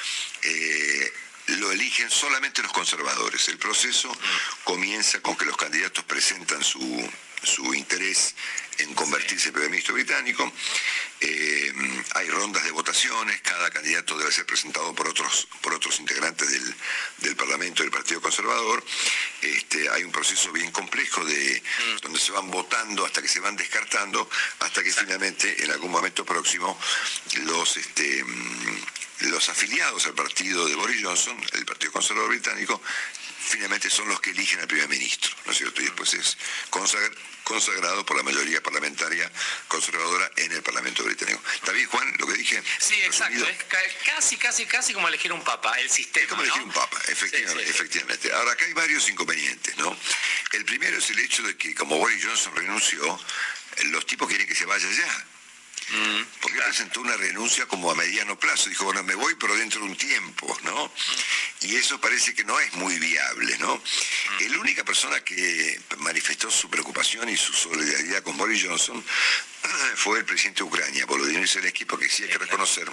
eh, lo eligen solamente los conservadores. El proceso comienza con que los candidatos presentan su, su interés en convertirse en primer ministro británico. Eh, hay rondas de votaciones, cada candidato debe ser presentado por otros, por otros integrantes del, del Parlamento del Partido Conservador. Este, hay un proceso bien complejo de mm. donde se van votando hasta que se van descartando, hasta que finalmente en algún momento próximo los este, los afiliados al partido de Boris Johnson, el Partido Conservador británico, finalmente son los que eligen al primer ministro, ¿no es cierto? Y después es consagr consagrado por la mayoría parlamentaria conservadora en el Parlamento británico. ¿Está bien, Juan, lo que dije? Sí, exacto. Es casi, casi, casi como elegir un papa, el sistema, es como ¿no? elegir un papa, efectivamente, sí, sí, efectivamente. Ahora, acá hay varios inconvenientes, ¿no? El primero es el hecho de que, como Boris Johnson renunció, los tipos quieren que se vaya ya. Mm, porque claro. presentó una renuncia como a mediano plazo, dijo, bueno, me voy pero dentro de un tiempo, ¿no? Mm. Y eso parece que no es muy viable, ¿no? Mm. La única persona que manifestó su preocupación y su solidaridad con Boris Johnson fue el presidente de Ucrania, Volodymyr Zelensky, porque sí hay que reconocer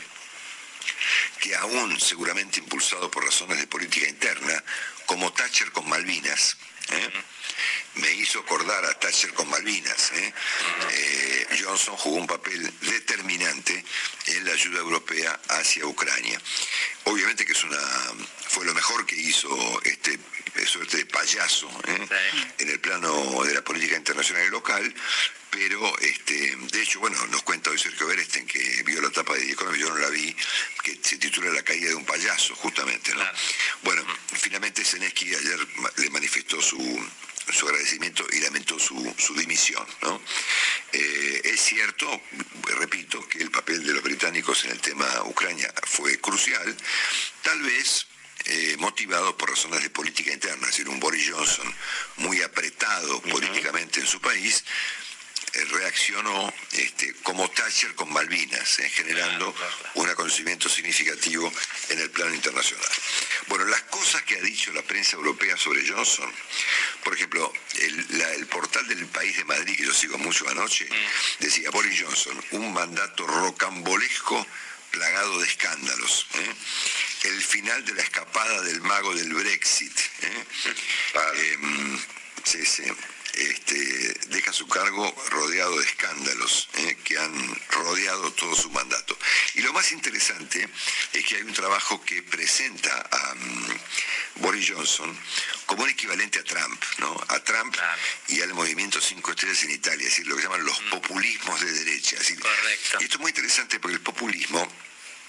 que aún seguramente impulsado por razones de política interna, como Thatcher con Malvinas, ¿eh? me hizo acordar a Thatcher con Malvinas. ¿eh? Eh, Johnson jugó un papel determinante en la ayuda europea hacia Ucrania. Obviamente que es una fue lo mejor que hizo este suerte de payaso ¿eh? sí. en el plano de la política internacional y local, pero este, de hecho, bueno, nos cuenta hoy Sergio Beresten, que vio la tapa de The Economist, yo no la vi, que se titula La caída de un payaso, justamente, ¿no? Claro. Bueno, finalmente Zelensky ayer le manifestó su su agradecimiento y lamentó su, su dimisión, ¿no? Eh, es cierto, repito, que el papel de los británicos en el tema Ucrania fue crucial, tal vez eh, motivado por razones de política interna, es decir, un Boris Johnson muy apretado uh-huh. políticamente en su país, eh, reaccionó este, como Thatcher con Malvinas, eh, generando claro, claro, claro. un acontecimiento significativo en el plano internacional. Bueno, las cosas que ha dicho la prensa europea sobre Johnson, por ejemplo, el, la, el portal del País de Madrid, que yo sigo mucho anoche, decía, Boris Johnson, un mandato rocambolesco plagado de escándalos. ¿eh? El final de la escapada del mago del Brexit. ¿eh? Eh, sí, sí. Este, deja su cargo rodeado de escándalos ¿eh? que han rodeado todo su mandato. Y lo más interesante es que hay un trabajo que presenta a um, Boris Johnson como un equivalente a Trump, ¿no? A Trump claro. y al movimiento cinco estrellas en Italia, es decir, lo que llaman los mm. populismos de derecha. Es decir, correcto. Y esto es muy interesante porque el populismo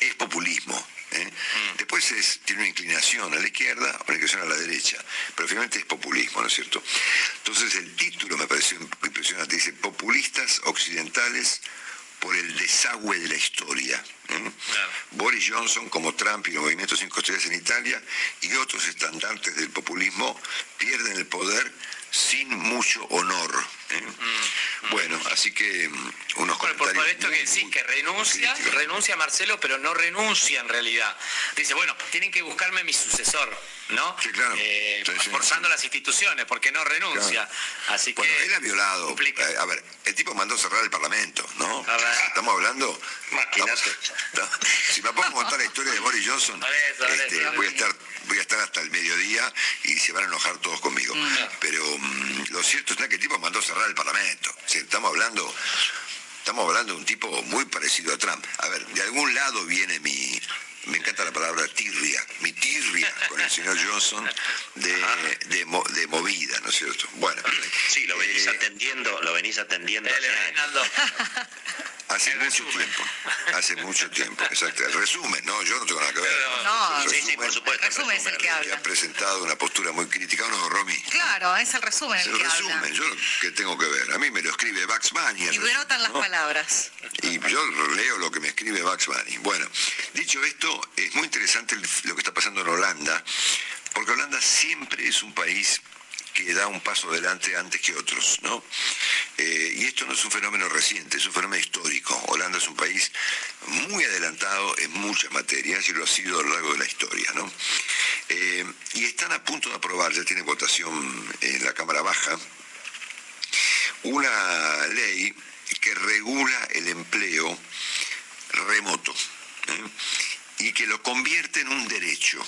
es populismo. ¿eh? Mm. Después es, tiene una inclinación a la izquierda, una inclinación a la derecha, pero finalmente es populismo, ¿no es cierto? Entonces el título me pareció impresionante, dice populistas occidentales por el desagüe de la historia. ¿eh? Claro. Boris Johnson, como Trump y los movimientos cinco estrellas en Italia y otros estandartes del populismo pierden el poder sin mucho honor. ¿eh? Mm, bueno, mm. así que unos bueno, por, por esto muy, que decís que renuncia, críticos. renuncia Marcelo, pero no renuncia en realidad. Dice, bueno, tienen que buscarme mi sucesor, ¿no? Sí, claro. Eh, sí, forzando sí. las instituciones, porque no renuncia. Claro. Así que bueno, él ha violado. Eh, a ver, el tipo mandó cerrar el Parlamento, ¿no? Estamos hablando. Estamos, no, si me pongo a contar la historia de Boris Johnson, eso, este, eso, voy a estar, voy a estar hasta el mediodía y se van a enojar todos conmigo. Mm. Pero um, lo cierto es que el tipo mandó cerrar el Parlamento. O sea, estamos hablando, estamos hablando de un tipo muy parecido a Trump. A ver, de algún lado viene mi, me encanta la palabra tirria, mi tirria con el señor Johnson de, de, de movida, ¿no es cierto? Bueno. Sí, lo venís eh, atendiendo, lo venís atendiendo hace años. Hace el mucho resumen. tiempo, hace mucho tiempo, exacto. El resumen, no, yo no tengo nada que ver. No, el sí, sí, por supuesto. El resumen, el resumen es el que habla. Que ha presentado una postura muy crítica, ¿no, Romy? Claro, es el resumen el, el que resumen, habla. Yo que tengo que ver, a mí me lo escribe Bugs Bunny. Y brotan las ¿no? palabras. Y yo leo lo que me escribe Bugs Bunny. Bueno, dicho esto, es muy interesante lo que está pasando en Holanda, porque Holanda siempre es un país que da un paso adelante antes que otros, ¿no? Eh, y esto no es un fenómeno reciente, es un fenómeno histórico. Holanda es un país muy adelantado en muchas materias y lo ha sido a lo largo de la historia, ¿no? Eh, y están a punto de aprobar, ya tiene votación en la Cámara Baja, una ley que regula el empleo remoto, ¿eh? Y que lo convierte en un derecho.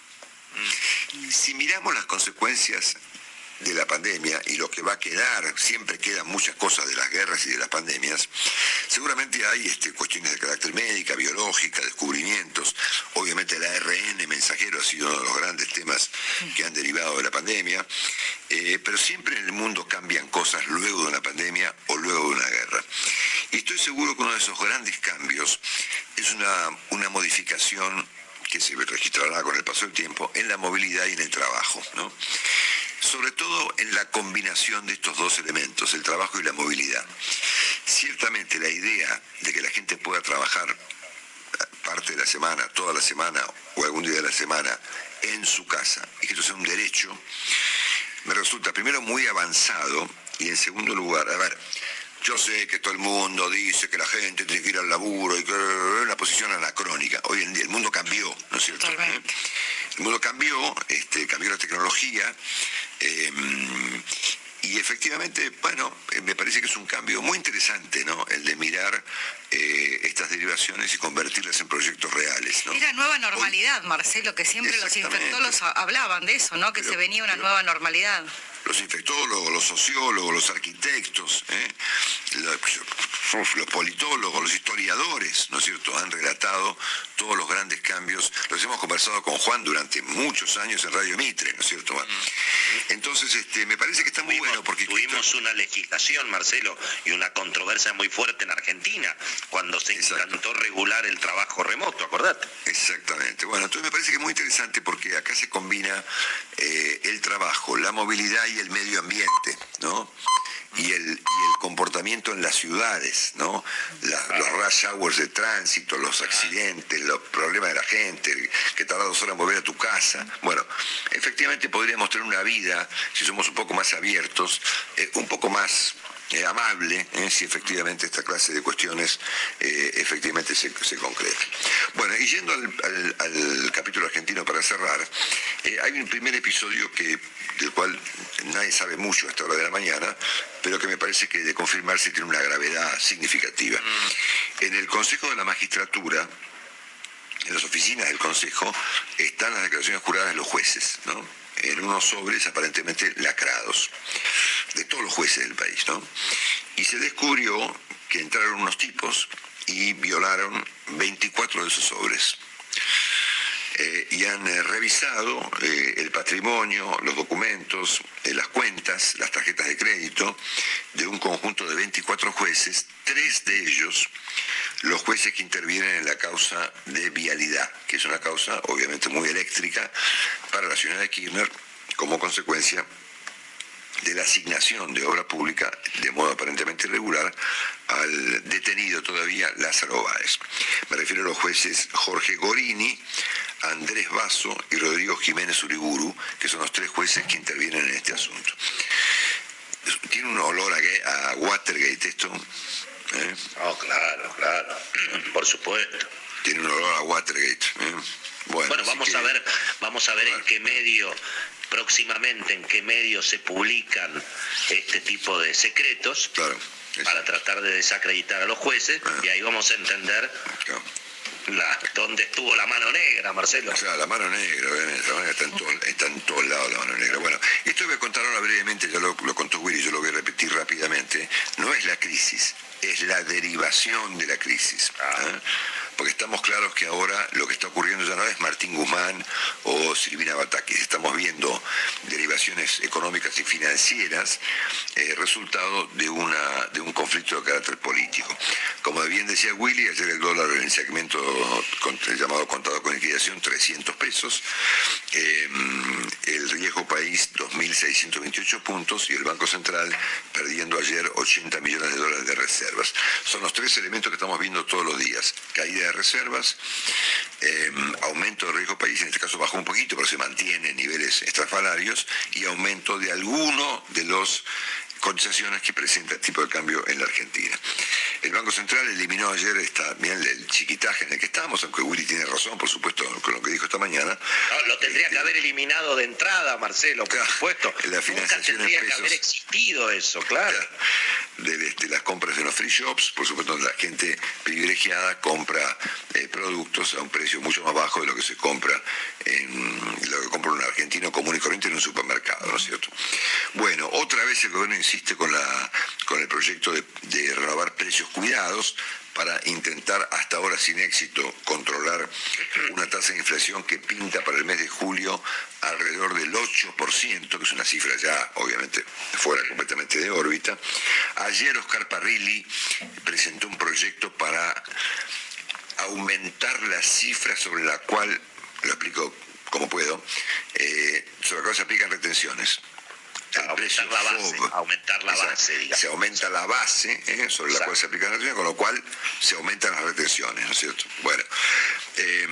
Si miramos las consecuencias de la pandemia y lo que va a quedar, siempre quedan muchas cosas de las guerras y de las pandemias, seguramente hay este, cuestiones de carácter médica, biológica, descubrimientos, obviamente el A R N mensajero ha sido uno de los grandes temas que han derivado de la pandemia, eh, pero siempre en el mundo cambian cosas luego de una pandemia o luego de una guerra. Y estoy seguro que uno de esos grandes cambios es una, una modificación que se registrará con el paso del tiempo en la movilidad y en el trabajo, ¿no? Sobre todo en la combinación de estos dos elementos, el trabajo y la movilidad. Ciertamente la idea de que la gente pueda trabajar parte de la semana, toda la semana o algún día de la semana en su casa y que esto sea un derecho, me resulta primero muy avanzado y en segundo lugar, a ver, yo sé que todo el mundo dice que la gente tiene que ir al laburo y que es una posición anacrónica. Hoy en día el mundo cambió, ¿no es cierto? ¿Eh? El mundo cambió, este, cambió la tecnología eh, y efectivamente, bueno, me parece que es un cambio muy interesante, ¿no? El de mirar eh, estas derivaciones y convertirlas en proyectos reales, ¿no? Es la nueva normalidad, Hoy, Marcelo, que siempre los infectólogos hablaban de eso, ¿no? Que pero, se venía una pero, nueva normalidad. Los infectólogos, los sociólogos, los arquitectos, ¿eh? los, los politólogos, los historiadores, ¿no es cierto?, han relatado todos los grandes cambios. Los hemos conversado con Juan durante muchos años en Radio Mitre, ¿no es cierto, Juan? Entonces, este, me parece que está muy tuvimos, bueno porque... Tuvimos esto... una legislación, Marcelo, y una controversia muy fuerte en Argentina, cuando se Exacto. intentó regular el trabajo remoto, acordate. Exactamente. Bueno, entonces me parece que es muy interesante porque acá se combina eh, el trabajo, la movilidad y el medio ambiente, ¿no? Y el, y el comportamiento en las ciudades, ¿no? La, los rush hours de tránsito, los accidentes, los problemas de la gente, que tarda dos horas en volver a tu casa. Bueno, efectivamente podríamos tener una vida, si somos un poco más abiertos, eh, un poco más eh, amable, eh, si efectivamente esta clase de cuestiones eh, efectivamente se, se concretan. Bueno, y yendo al, al, al capítulo argentino para cerrar, eh, hay un primer episodio que del cual nadie sabe mucho a esta hora de la mañana, pero que me parece que de confirmarse tiene una gravedad significativa. En el Consejo de la Magistratura, en las oficinas del Consejo, están las declaraciones juradas de los jueces, ¿no? En unos sobres aparentemente lacrados, de todos los jueces del país, ¿no? Y se descubrió que entraron unos tipos y violaron veinticuatro de esos sobres. Eh, y han eh, revisado eh, el patrimonio, los documentos eh, las cuentas, las tarjetas de crédito de un conjunto de veinticuatro jueces, tres de ellos los jueces que intervienen en la causa de vialidad, que es una causa obviamente muy eléctrica para la ciudad de Kirchner, como consecuencia de la asignación de obra pública de modo aparentemente irregular al detenido todavía Lázaro Báez. Me refiero a los jueces Jorge Gorini, Andrés Basso y Rodrigo Jiménez Uriburu, que son los tres jueces que intervienen en este asunto. Tiene un olor a, a Watergate esto. ¿Eh? Oh, claro, claro, por supuesto. Tiene un olor a Watergate. ¿eh? Bueno, bueno vamos que... a ver, vamos a ver en qué medio, próximamente en qué medio se publican este tipo de secretos, claro, para tratar de desacreditar a los jueces, ah. y ahí vamos a entender claro. la, dónde estuvo la mano negra, Marcelo. O sea, la mano negra, obviamente, está en, todo, está en todos lados la mano negra. Bueno, esto voy a contar ahora brevemente, ya lo, lo contó Willy, yo lo voy a repetir rápidamente. No es la crisis, es la derivación de la crisis. ¿eh? Porque estamos claros que ahora lo que está ocurriendo ya no es Martín Guzmán o Silvina Batakis, estamos viendo derivaciones económicas y financieras, eh, resultado de, una, de un conflicto de carácter político. Como bien decía Willy, ayer el dólar en el segmento el llamado contado con liquidación, trescientos pesos, eh, el riesgo país dos mil seiscientos veintiocho puntos y el Banco Central perdiendo ayer ochenta millones de dólares de reservas. Son los tres elementos que estamos viendo todos los días. Caída de reservas, eh, aumento del riesgo país, en este caso bajó un poquito, pero se mantiene en niveles estrafalarios, y aumento de alguno de los concesiones que presenta el tipo de cambio en la Argentina. El Banco Central eliminó ayer esta, mirá, el chiquitaje en el que estamos, aunque Willy tiene razón, por supuesto, con lo que dijo esta mañana. No, lo tendría este, que haber eliminado de entrada, Marcelo, por claro, supuesto. La Nunca tendría que haber existido eso, claro. claro. De, este, las compras de los free shops, por supuesto, la gente privilegiada compra eh, productos a un precio mucho más bajo de lo que se compra en lo que compra un argentino común y corriente en un supermercado, ¿no es cierto? Bueno, otra vez el gobierno insiste con, la, con el proyecto de, de renovar precios cuidados para intentar, hasta ahora sin éxito, controlar una tasa de inflación que pinta para el mes de julio alrededor del ocho por ciento, que es una cifra ya obviamente fuera completamente de órbita. Ayer Oscar Parrilli presentó un proyecto para aumentar la cifra sobre la cual, lo explico como puedo, eh, sobre la cual se aplican retenciones. Aumentar la base, aumentar la base, digamos. Se aumenta la base eh, sobre Exacto. la cual se aplican las retenciones, con lo cual se aumentan las retenciones, ¿no es cierto? Bueno, eh,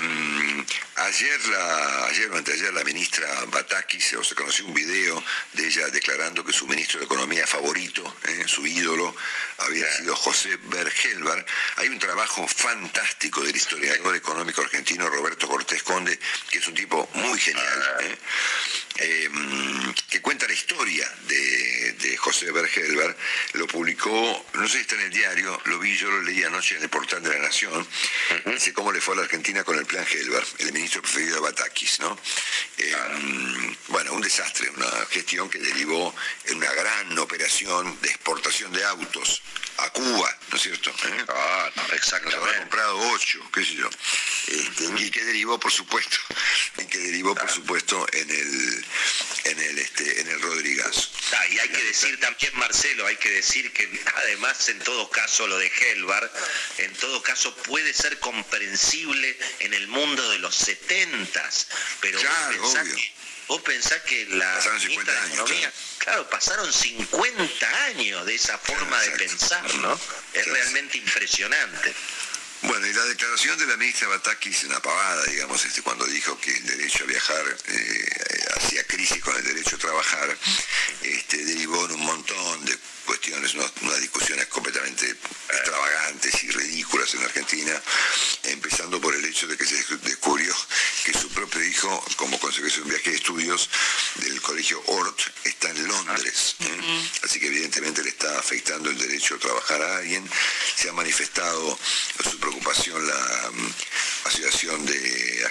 ayer, la, ayer o anteayer, la ministra Batakis, o se conoció un video de ella declarando que su ministro de Economía favorito, eh, su ídolo, había yeah. sido José Bergelbar. Hay un trabajo fantástico del historiador económico argentino Roberto Cortés Conde, que es un tipo muy genial, eh, eh, que cuenta la historia De, de José Bergelbar. Lo publicó, no sé si está en el diario, lo vi, yo lo leí anoche en el portal de La Nación. Uh-huh. Dice cómo le fue a la Argentina con el plan Gelbar, el ministro preferido de Batakis, ¿no? Eh, uh-huh. Bueno, un desastre, una gestión que derivó en una gran operación de exportación de autos a Cuba, ¿no es cierto? ¿Eh? Ah, no, exactamente. Nos habrá comprado ocho, qué sé yo. Este, y que derivó, por supuesto, y que derivó, por supuesto, en el, en el, este, en el Rodrigazo. Ah, y hay que decir también, Marcelo, hay que decir que además, en todo caso, lo de Gelbar, en todo caso, puede ser comprensible en el mundo de los setentas, pero claro, vos pensás obvio. que, vos pensás que la pasaron cincuenta años, economía, claro. claro, pasaron cincuenta años de esa forma claro, de pensar, ¿no? Es claro. realmente impresionante. Bueno, y la declaración de la ministra Batakis, una pavada, digamos, este, cuando dijo que el derecho a viajar eh, hacía crisis con el derecho a trabajar, este, derivó en un montón de cuestiones, unas, unas discusiones completamente extravagantes y ridículas en Argentina, empezando por el hecho de que se descubrió que su propio hijo, como consecuencia de un viaje de estudios del colegio Ort, está en Londres. ¿eh? Así que evidentemente le está afectando el derecho a trabajar a alguien. Se ha manifestado su preocupación la um, Asociación de Agentes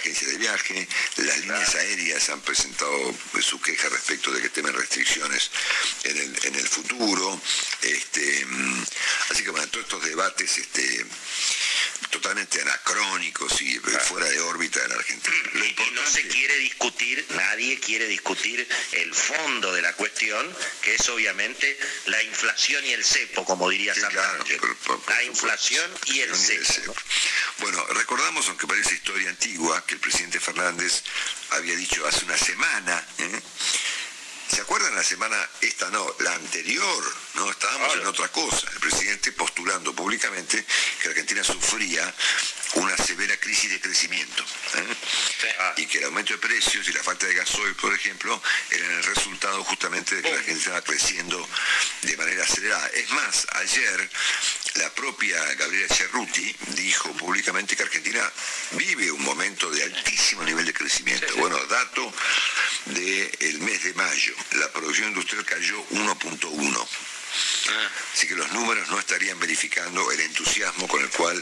agencias de viaje, las líneas aéreas han presentado su queja respecto de que temen restricciones en el, en el futuro. Este, así que bueno, todos estos debates este, totalmente anacrónicos y fuera de órbita en Argentina. Y, y no se quiere discutir, nadie quiere discutir el fondo de la cuestión, que es obviamente la inflación y el cepo, como diría Sí, Santangelo. claro, por- por- por La supuesto. inflación y el Inflación y el cepo. cepo. Bueno, recordamos, aunque parece historia antigua, que el presidente Fernández había dicho hace una semana, ¿eh? ¿Se acuerdan la semana, esta no, la anterior? No, estábamos Claro. en otra cosa. El presidente postulando públicamente que Argentina sufría una severa crisis de crecimiento. ¿eh? Y que el aumento de precios y la falta de gasoil, por ejemplo, eran el resultado justamente de que la Argentina estaba creciendo de manera acelerada. Es más, ayer la propia Gabriela Cerruti dijo públicamente que Argentina vive un momento de altísimo nivel de crecimiento. Bueno, dato del mes de mayo, la producción industrial cayó uno punto uno. Así que los números no estarían verificando el entusiasmo con el cual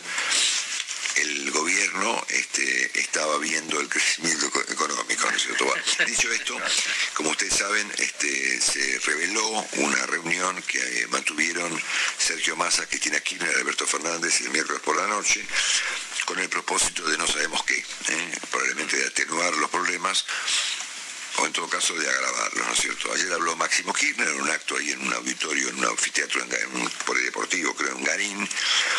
el gobierno este, estaba viendo el crecimiento eco- económico, ¿no es cierto? Bueno, dicho esto, como ustedes saben, este, se reveló una reunión que eh, mantuvieron Sergio Massa, Cristina Kirchner y Alberto Fernández el miércoles por la noche, con el propósito de no sabemos qué, ¿eh? probablemente de atenuar los problemas o en todo caso de agravarlos, ¿no es cierto? Ayer habló Máximo Kirchner en un acto ahí en un auditorio, en un anfiteatro, en, en un polideportivo, creo, en Garín.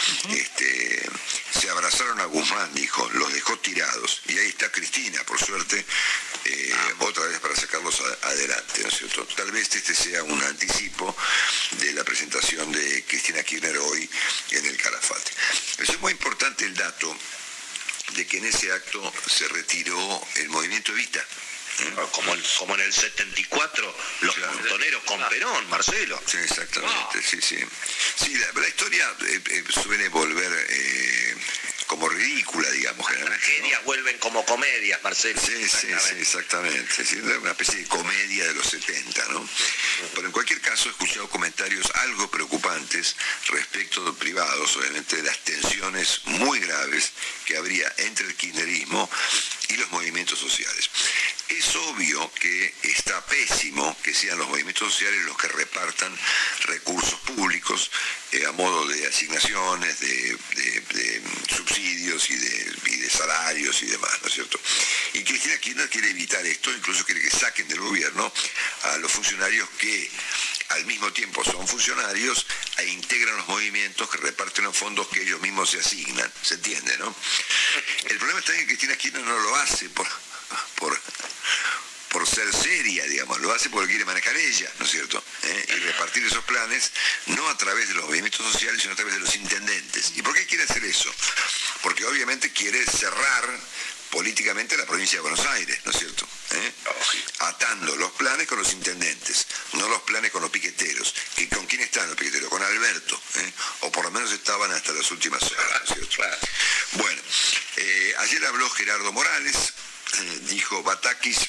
este, se abrazaron a Guzmán, dijo, los dejó tirados. Y ahí está Cristina, por suerte, eh, otra vez para sacarlos a- adelante, ¿no es cierto? Tal vez este sea un anticipo de la presentación de Cristina Kirchner hoy en el Calafate. Eso es muy importante el dato de que en ese acto se retiró el movimiento Evita. Como, el- como en el setenta y cuatro, los montoneros con Perón, Marcelo. Sí, exactamente, sí, sí. Sí, la, la historia eh, eh, suele volver eh, como ridícula, digamos, generalmente. Tragedias vuelven como comedias, Marcelo. Sí, sí, sí, exactamente. Sí, una especie de comedia de los setenta, ¿no? Pero en cualquier caso he escuchado comentarios algo preocupantes respecto de privados, obviamente, de las tensiones muy graves que habría entre el kirchnerismo y los movimientos sociales. Es obvio que está pésimo que sean los movimientos sociales los que repartan recursos públicos eh, a modo de asignaciones, de, de- de subsidios y de, y de salarios y demás, ¿no es cierto? Y Cristina Kirchner quiere evitar esto, incluso quiere que saquen del gobierno a los funcionarios que al mismo tiempo son funcionarios e integran los movimientos que reparten los fondos que ellos mismos se asignan, ¿se entiende, no? El problema está en que Cristina Kirchner no lo hace por, por, por ser seria, digamos, lo hace porque quiere manejar ella, ¿no es cierto? ¿Eh? Y repartir esos planes no a través de los movimientos sociales, sino a través de los intendentes. ¿Y por qué quiere hacer eso? Porque obviamente quiere cerrar políticamente la provincia de Buenos Aires, ¿no es cierto? ¿Eh? Atando los planes con los intendentes, no los planes con los piqueteros. ¿Y con quién están los piqueteros? Con Alberto, ¿eh? O por lo menos estaban hasta las últimas horas, ¿no es cierto? Bueno, eh, ayer habló Gerardo Morales, eh, dijo Batakis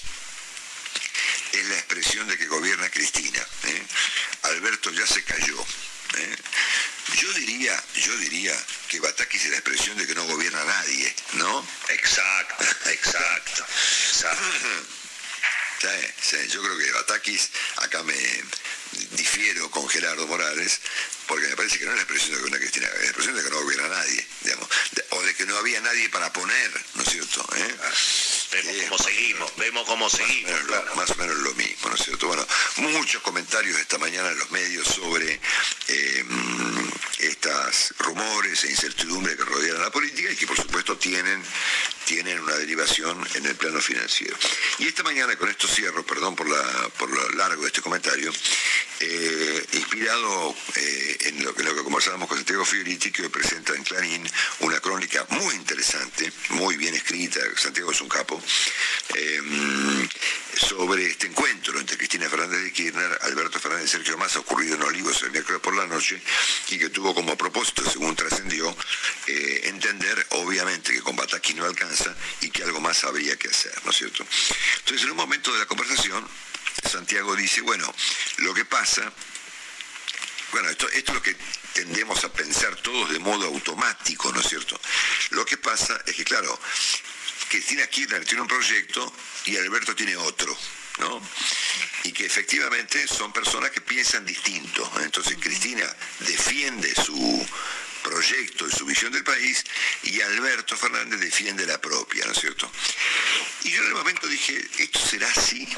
es la expresión de que gobierna Cristina. ¿eh? Alberto ya se cayó. ¿eh? Yo diría, yo diría que Batakis es la expresión de que no gobierna nadie, ¿no? Exacto, exacto, exacto. Sí, sí, yo creo que Batakis, acá me difiero con Gerardo Morales, porque me parece que no es la expresión de que gobierna Cristina, es la expresión de que no gobierna nadie, digamos, de- o de que no había nadie para poner, ¿no es cierto? ¿Eh? Vemos Eh, cómo seguimos, vemos cómo Más o, seguimos. menos lo, más o menos lo mismo, ¿no es cierto? Bueno, muchos comentarios esta mañana en los medios sobre eh, estos rumores e incertidumbres que rodean a la política y que por supuesto tienen, tienen una derivación en el plano financiero. Y esta mañana, con esto cierro, perdón por, la, por lo largo de este comentario, eh, inspirado eh, en, lo, en lo que conversábamos con Santiago Fioriti, que hoy presenta en Clarín una crónica muy interesante, muy bien escrita, Santiago es un capo, eh, sobre este encuentro entre Cristina Fernández de Kirchner, Alberto Fernández y Sergio Massa, ocurrido en Olivos el miércoles por la noche, y que tuvo como propósito, según trascendió, eh, entender, obviamente, que con Batakis no alcanza y que algo más habría que hacer, ¿no es cierto? Entonces, en un momento de la conversación, Santiago dice, bueno, lo que pasa, bueno, esto, esto es lo que tendemos a pensar todos de modo automático, ¿no es cierto? Lo que pasa es que, claro, Cristina Kirchner tiene un proyecto y Alberto tiene otro, ¿no? Y que efectivamente son personas que piensan distinto. Entonces Cristina defiende su proyecto y su visión del país y Alberto Fernández defiende la propia, ¿no es cierto? Y yo en el momento dije, ¿esto será así?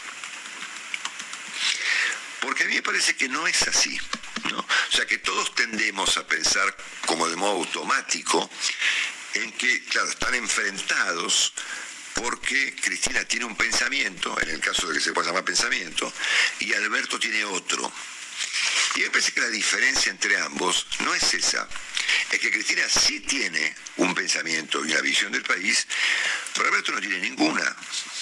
Porque a mí me parece que no es así, ¿no? O sea, que todos tendemos a pensar como de modo automático en que, claro, están enfrentados porque Cristina tiene un pensamiento, en el caso de que se pueda llamar pensamiento, y Alberto tiene otro. Y me parece que la diferencia entre ambos no es esa, es que Cristina sí tiene un pensamiento y una visión del país, pero Alberto no tiene ninguna.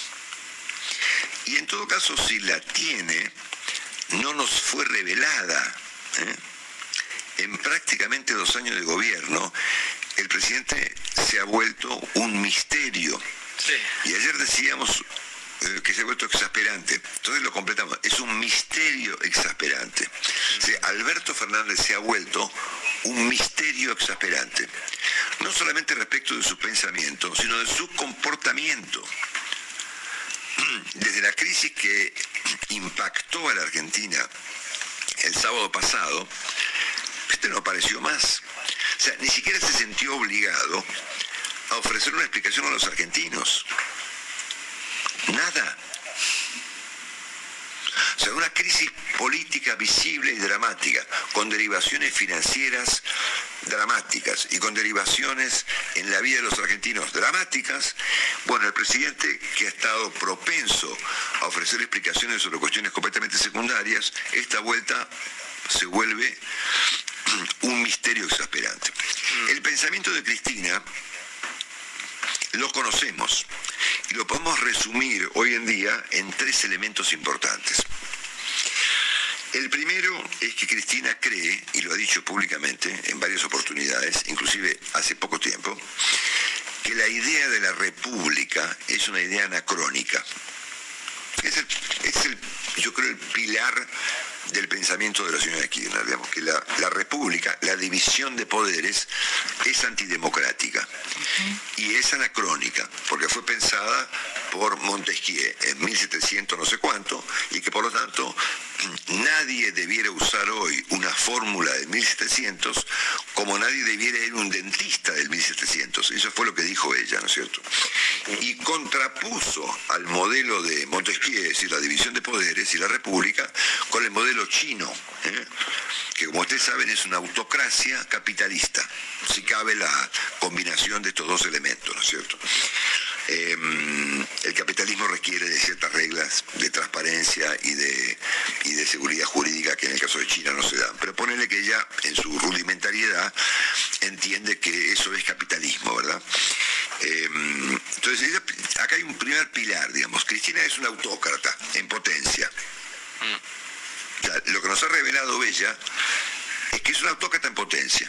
Y en todo caso, si la tiene, no nos fue revelada. ¿eh? En prácticamente dos años de gobierno, el presidente se ha vuelto un misterio. Sí. Y ayer decíamos eh, que se ha vuelto exasperante. Entonces lo completamos. Es un misterio exasperante. O sea, Alberto Fernández se ha vuelto un misterio exasperante. No solamente respecto de su pensamiento, sino de su comportamiento. Desde la crisis que impactó a la Argentina el sábado pasado, este no apareció más. O sea, ni siquiera se sintió obligado a ofrecer una explicación a los argentinos. Nada. O sea, una crisis política visible y dramática, con derivaciones financieras dramáticas y con derivaciones en la vida de los argentinos dramáticas. Bueno, el presidente, que ha estado propenso a ofrecer explicaciones sobre cuestiones completamente secundarias, esta vuelta se vuelve un misterio exasperante. El pensamiento de Cristina lo conocemos y lo podemos resumir hoy en día en tres elementos importantes. El primero es que Cristina cree, y lo ha dicho públicamente en varias oportunidades, inclusive hace poco tiempo, que la idea de la república es una idea anacrónica. Es el, es el, yo creo, el pilar del pensamiento de la señora Kirchner, digamos, que la, la república, la división de poderes, es antidemocrática y es anacrónica, porque fue pensada por Montesquieu en mil setecientos no sé cuánto, y que por lo tanto nadie debiera usar hoy una fórmula de mil setecientos como nadie debiera ir a un dentista del mil setecientos. Eso fue lo que dijo ella, ¿no es cierto? Y contrapuso al modelo de Montesquieu, es decir, la división de poderes y la república, con el modelo chino, ¿eh? que como ustedes saben es una autocracia capitalista, si cabe la combinación de estos dos elementos, ¿no es cierto? Eh, el capitalismo requiere de ciertas reglas de transparencia y de, y de seguridad jurídica que en el caso de China no se dan, pero ponele que ella en su rudimentariedad entiende que eso es capitalismo, ¿verdad? Eh, entonces ella, acá hay un primer pilar, digamos. Cristina es una autócrata en potencia. O sea, lo que nos ha revelado ella es que es una autócrata en potencia.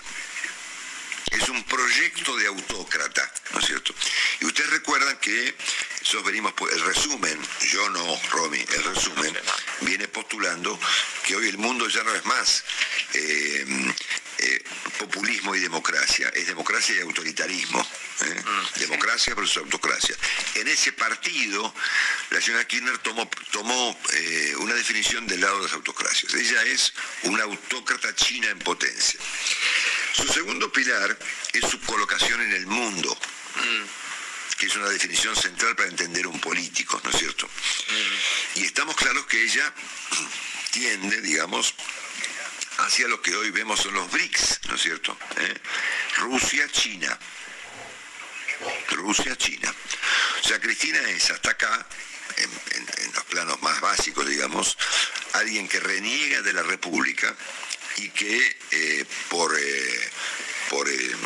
Es un proyecto de autócrata, ¿no es cierto? Y ustedes recuerdan que nosotros venimos, el resumen, yo no, Romy, el resumen viene postulando que hoy el mundo ya no es más eh, eh, populismo y democracia, es democracia y autoritarismo. ¿eh? Mm, democracia sí. versus autocracia. En ese partido, la señora Kirchner tomó, tomó eh, una definición del lado de las autocracias. Ella es una autócrata china en potencia. Su segundo pilar es su colocación en el mundo, mm. que es una definición central para entender un político, ¿no es cierto? Mm. Y estamos claros que ella tiende, digamos, hacia lo que hoy vemos son los BRICS, ¿no es cierto? ¿Eh? Rusia, China. Rusia, China. O sea, Cristina es hasta acá, en, en, en los planos más básicos, digamos, alguien que reniega de la República y que eh, por, eh, por, eh,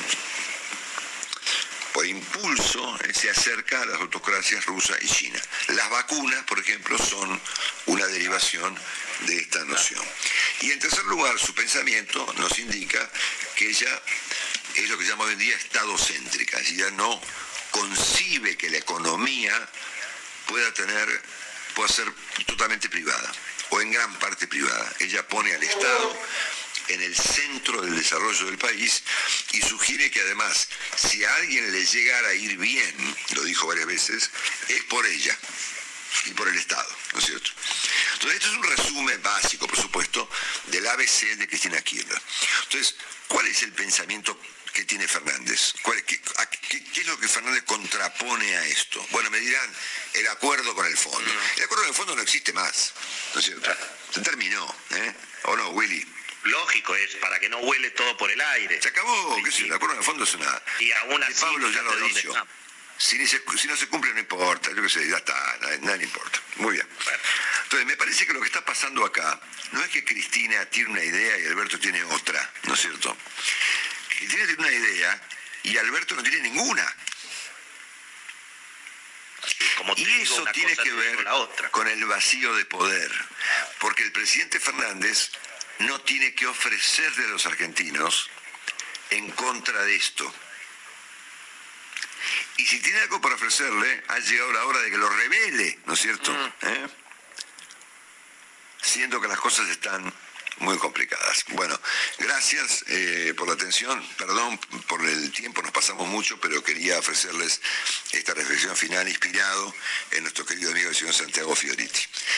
por impulso eh, se acerca a las autocracias rusa y china. Las vacunas, por ejemplo, son una derivación de esta noción. Y en tercer lugar, su pensamiento nos indica que ella es lo que se llama hoy en día estadocéntrica, es decir, ella no concibe que la economía pueda tener, pueda ser totalmente privada o en gran parte privada. Ella pone al Estado en el centro del desarrollo del país y sugiere que además, si a alguien le llegara a ir bien, lo dijo varias veces, es por ella y por el Estado, ¿no es cierto? Entonces, esto es un resumen básico, por supuesto, del A B C de Cristina Kirchner. Entonces, ¿cuál es el pensamiento que tiene Fernández? ¿Cuál es, qué, a, qué, ¿Qué es lo que Fernández contrapone a esto? Bueno, me dirán, el acuerdo con el fondo. El acuerdo con el fondo no existe más, ¿no es cierto? Se terminó, ¿eh? ¿O no, Willy? Lógico, es para que no huele todo por el aire. Se acabó, sí, qué sé yo, el acuerdo con el fondo es una... Y aún así, Pablo ya lo ha dicho. Está. Si, ni se, si no se cumple no importa, yo qué sé, ya está, nada, nada le importa. Muy bien. Entonces, me parece que lo que está pasando acá no es que Cristina tiene una idea y Alberto tiene otra, ¿no es cierto? Cristina tiene una idea y Alberto no tiene ninguna. Como te y digo, eso una tiene cosa que te ver digo la otra. con el vacío de poder, porque el presidente Fernández no tiene que ofrecerle a los argentinos en contra de esto. Y si tiene algo para ofrecerle, ha llegado la hora de que lo revele, ¿no es cierto? Mm. ¿Eh? Siendo que las cosas están muy complicadas. Bueno, gracias eh, por la atención, perdón por el tiempo, nos pasamos mucho, pero quería ofrecerles esta reflexión final inspirado en nuestro querido amigo el señor Santiago Fioriti.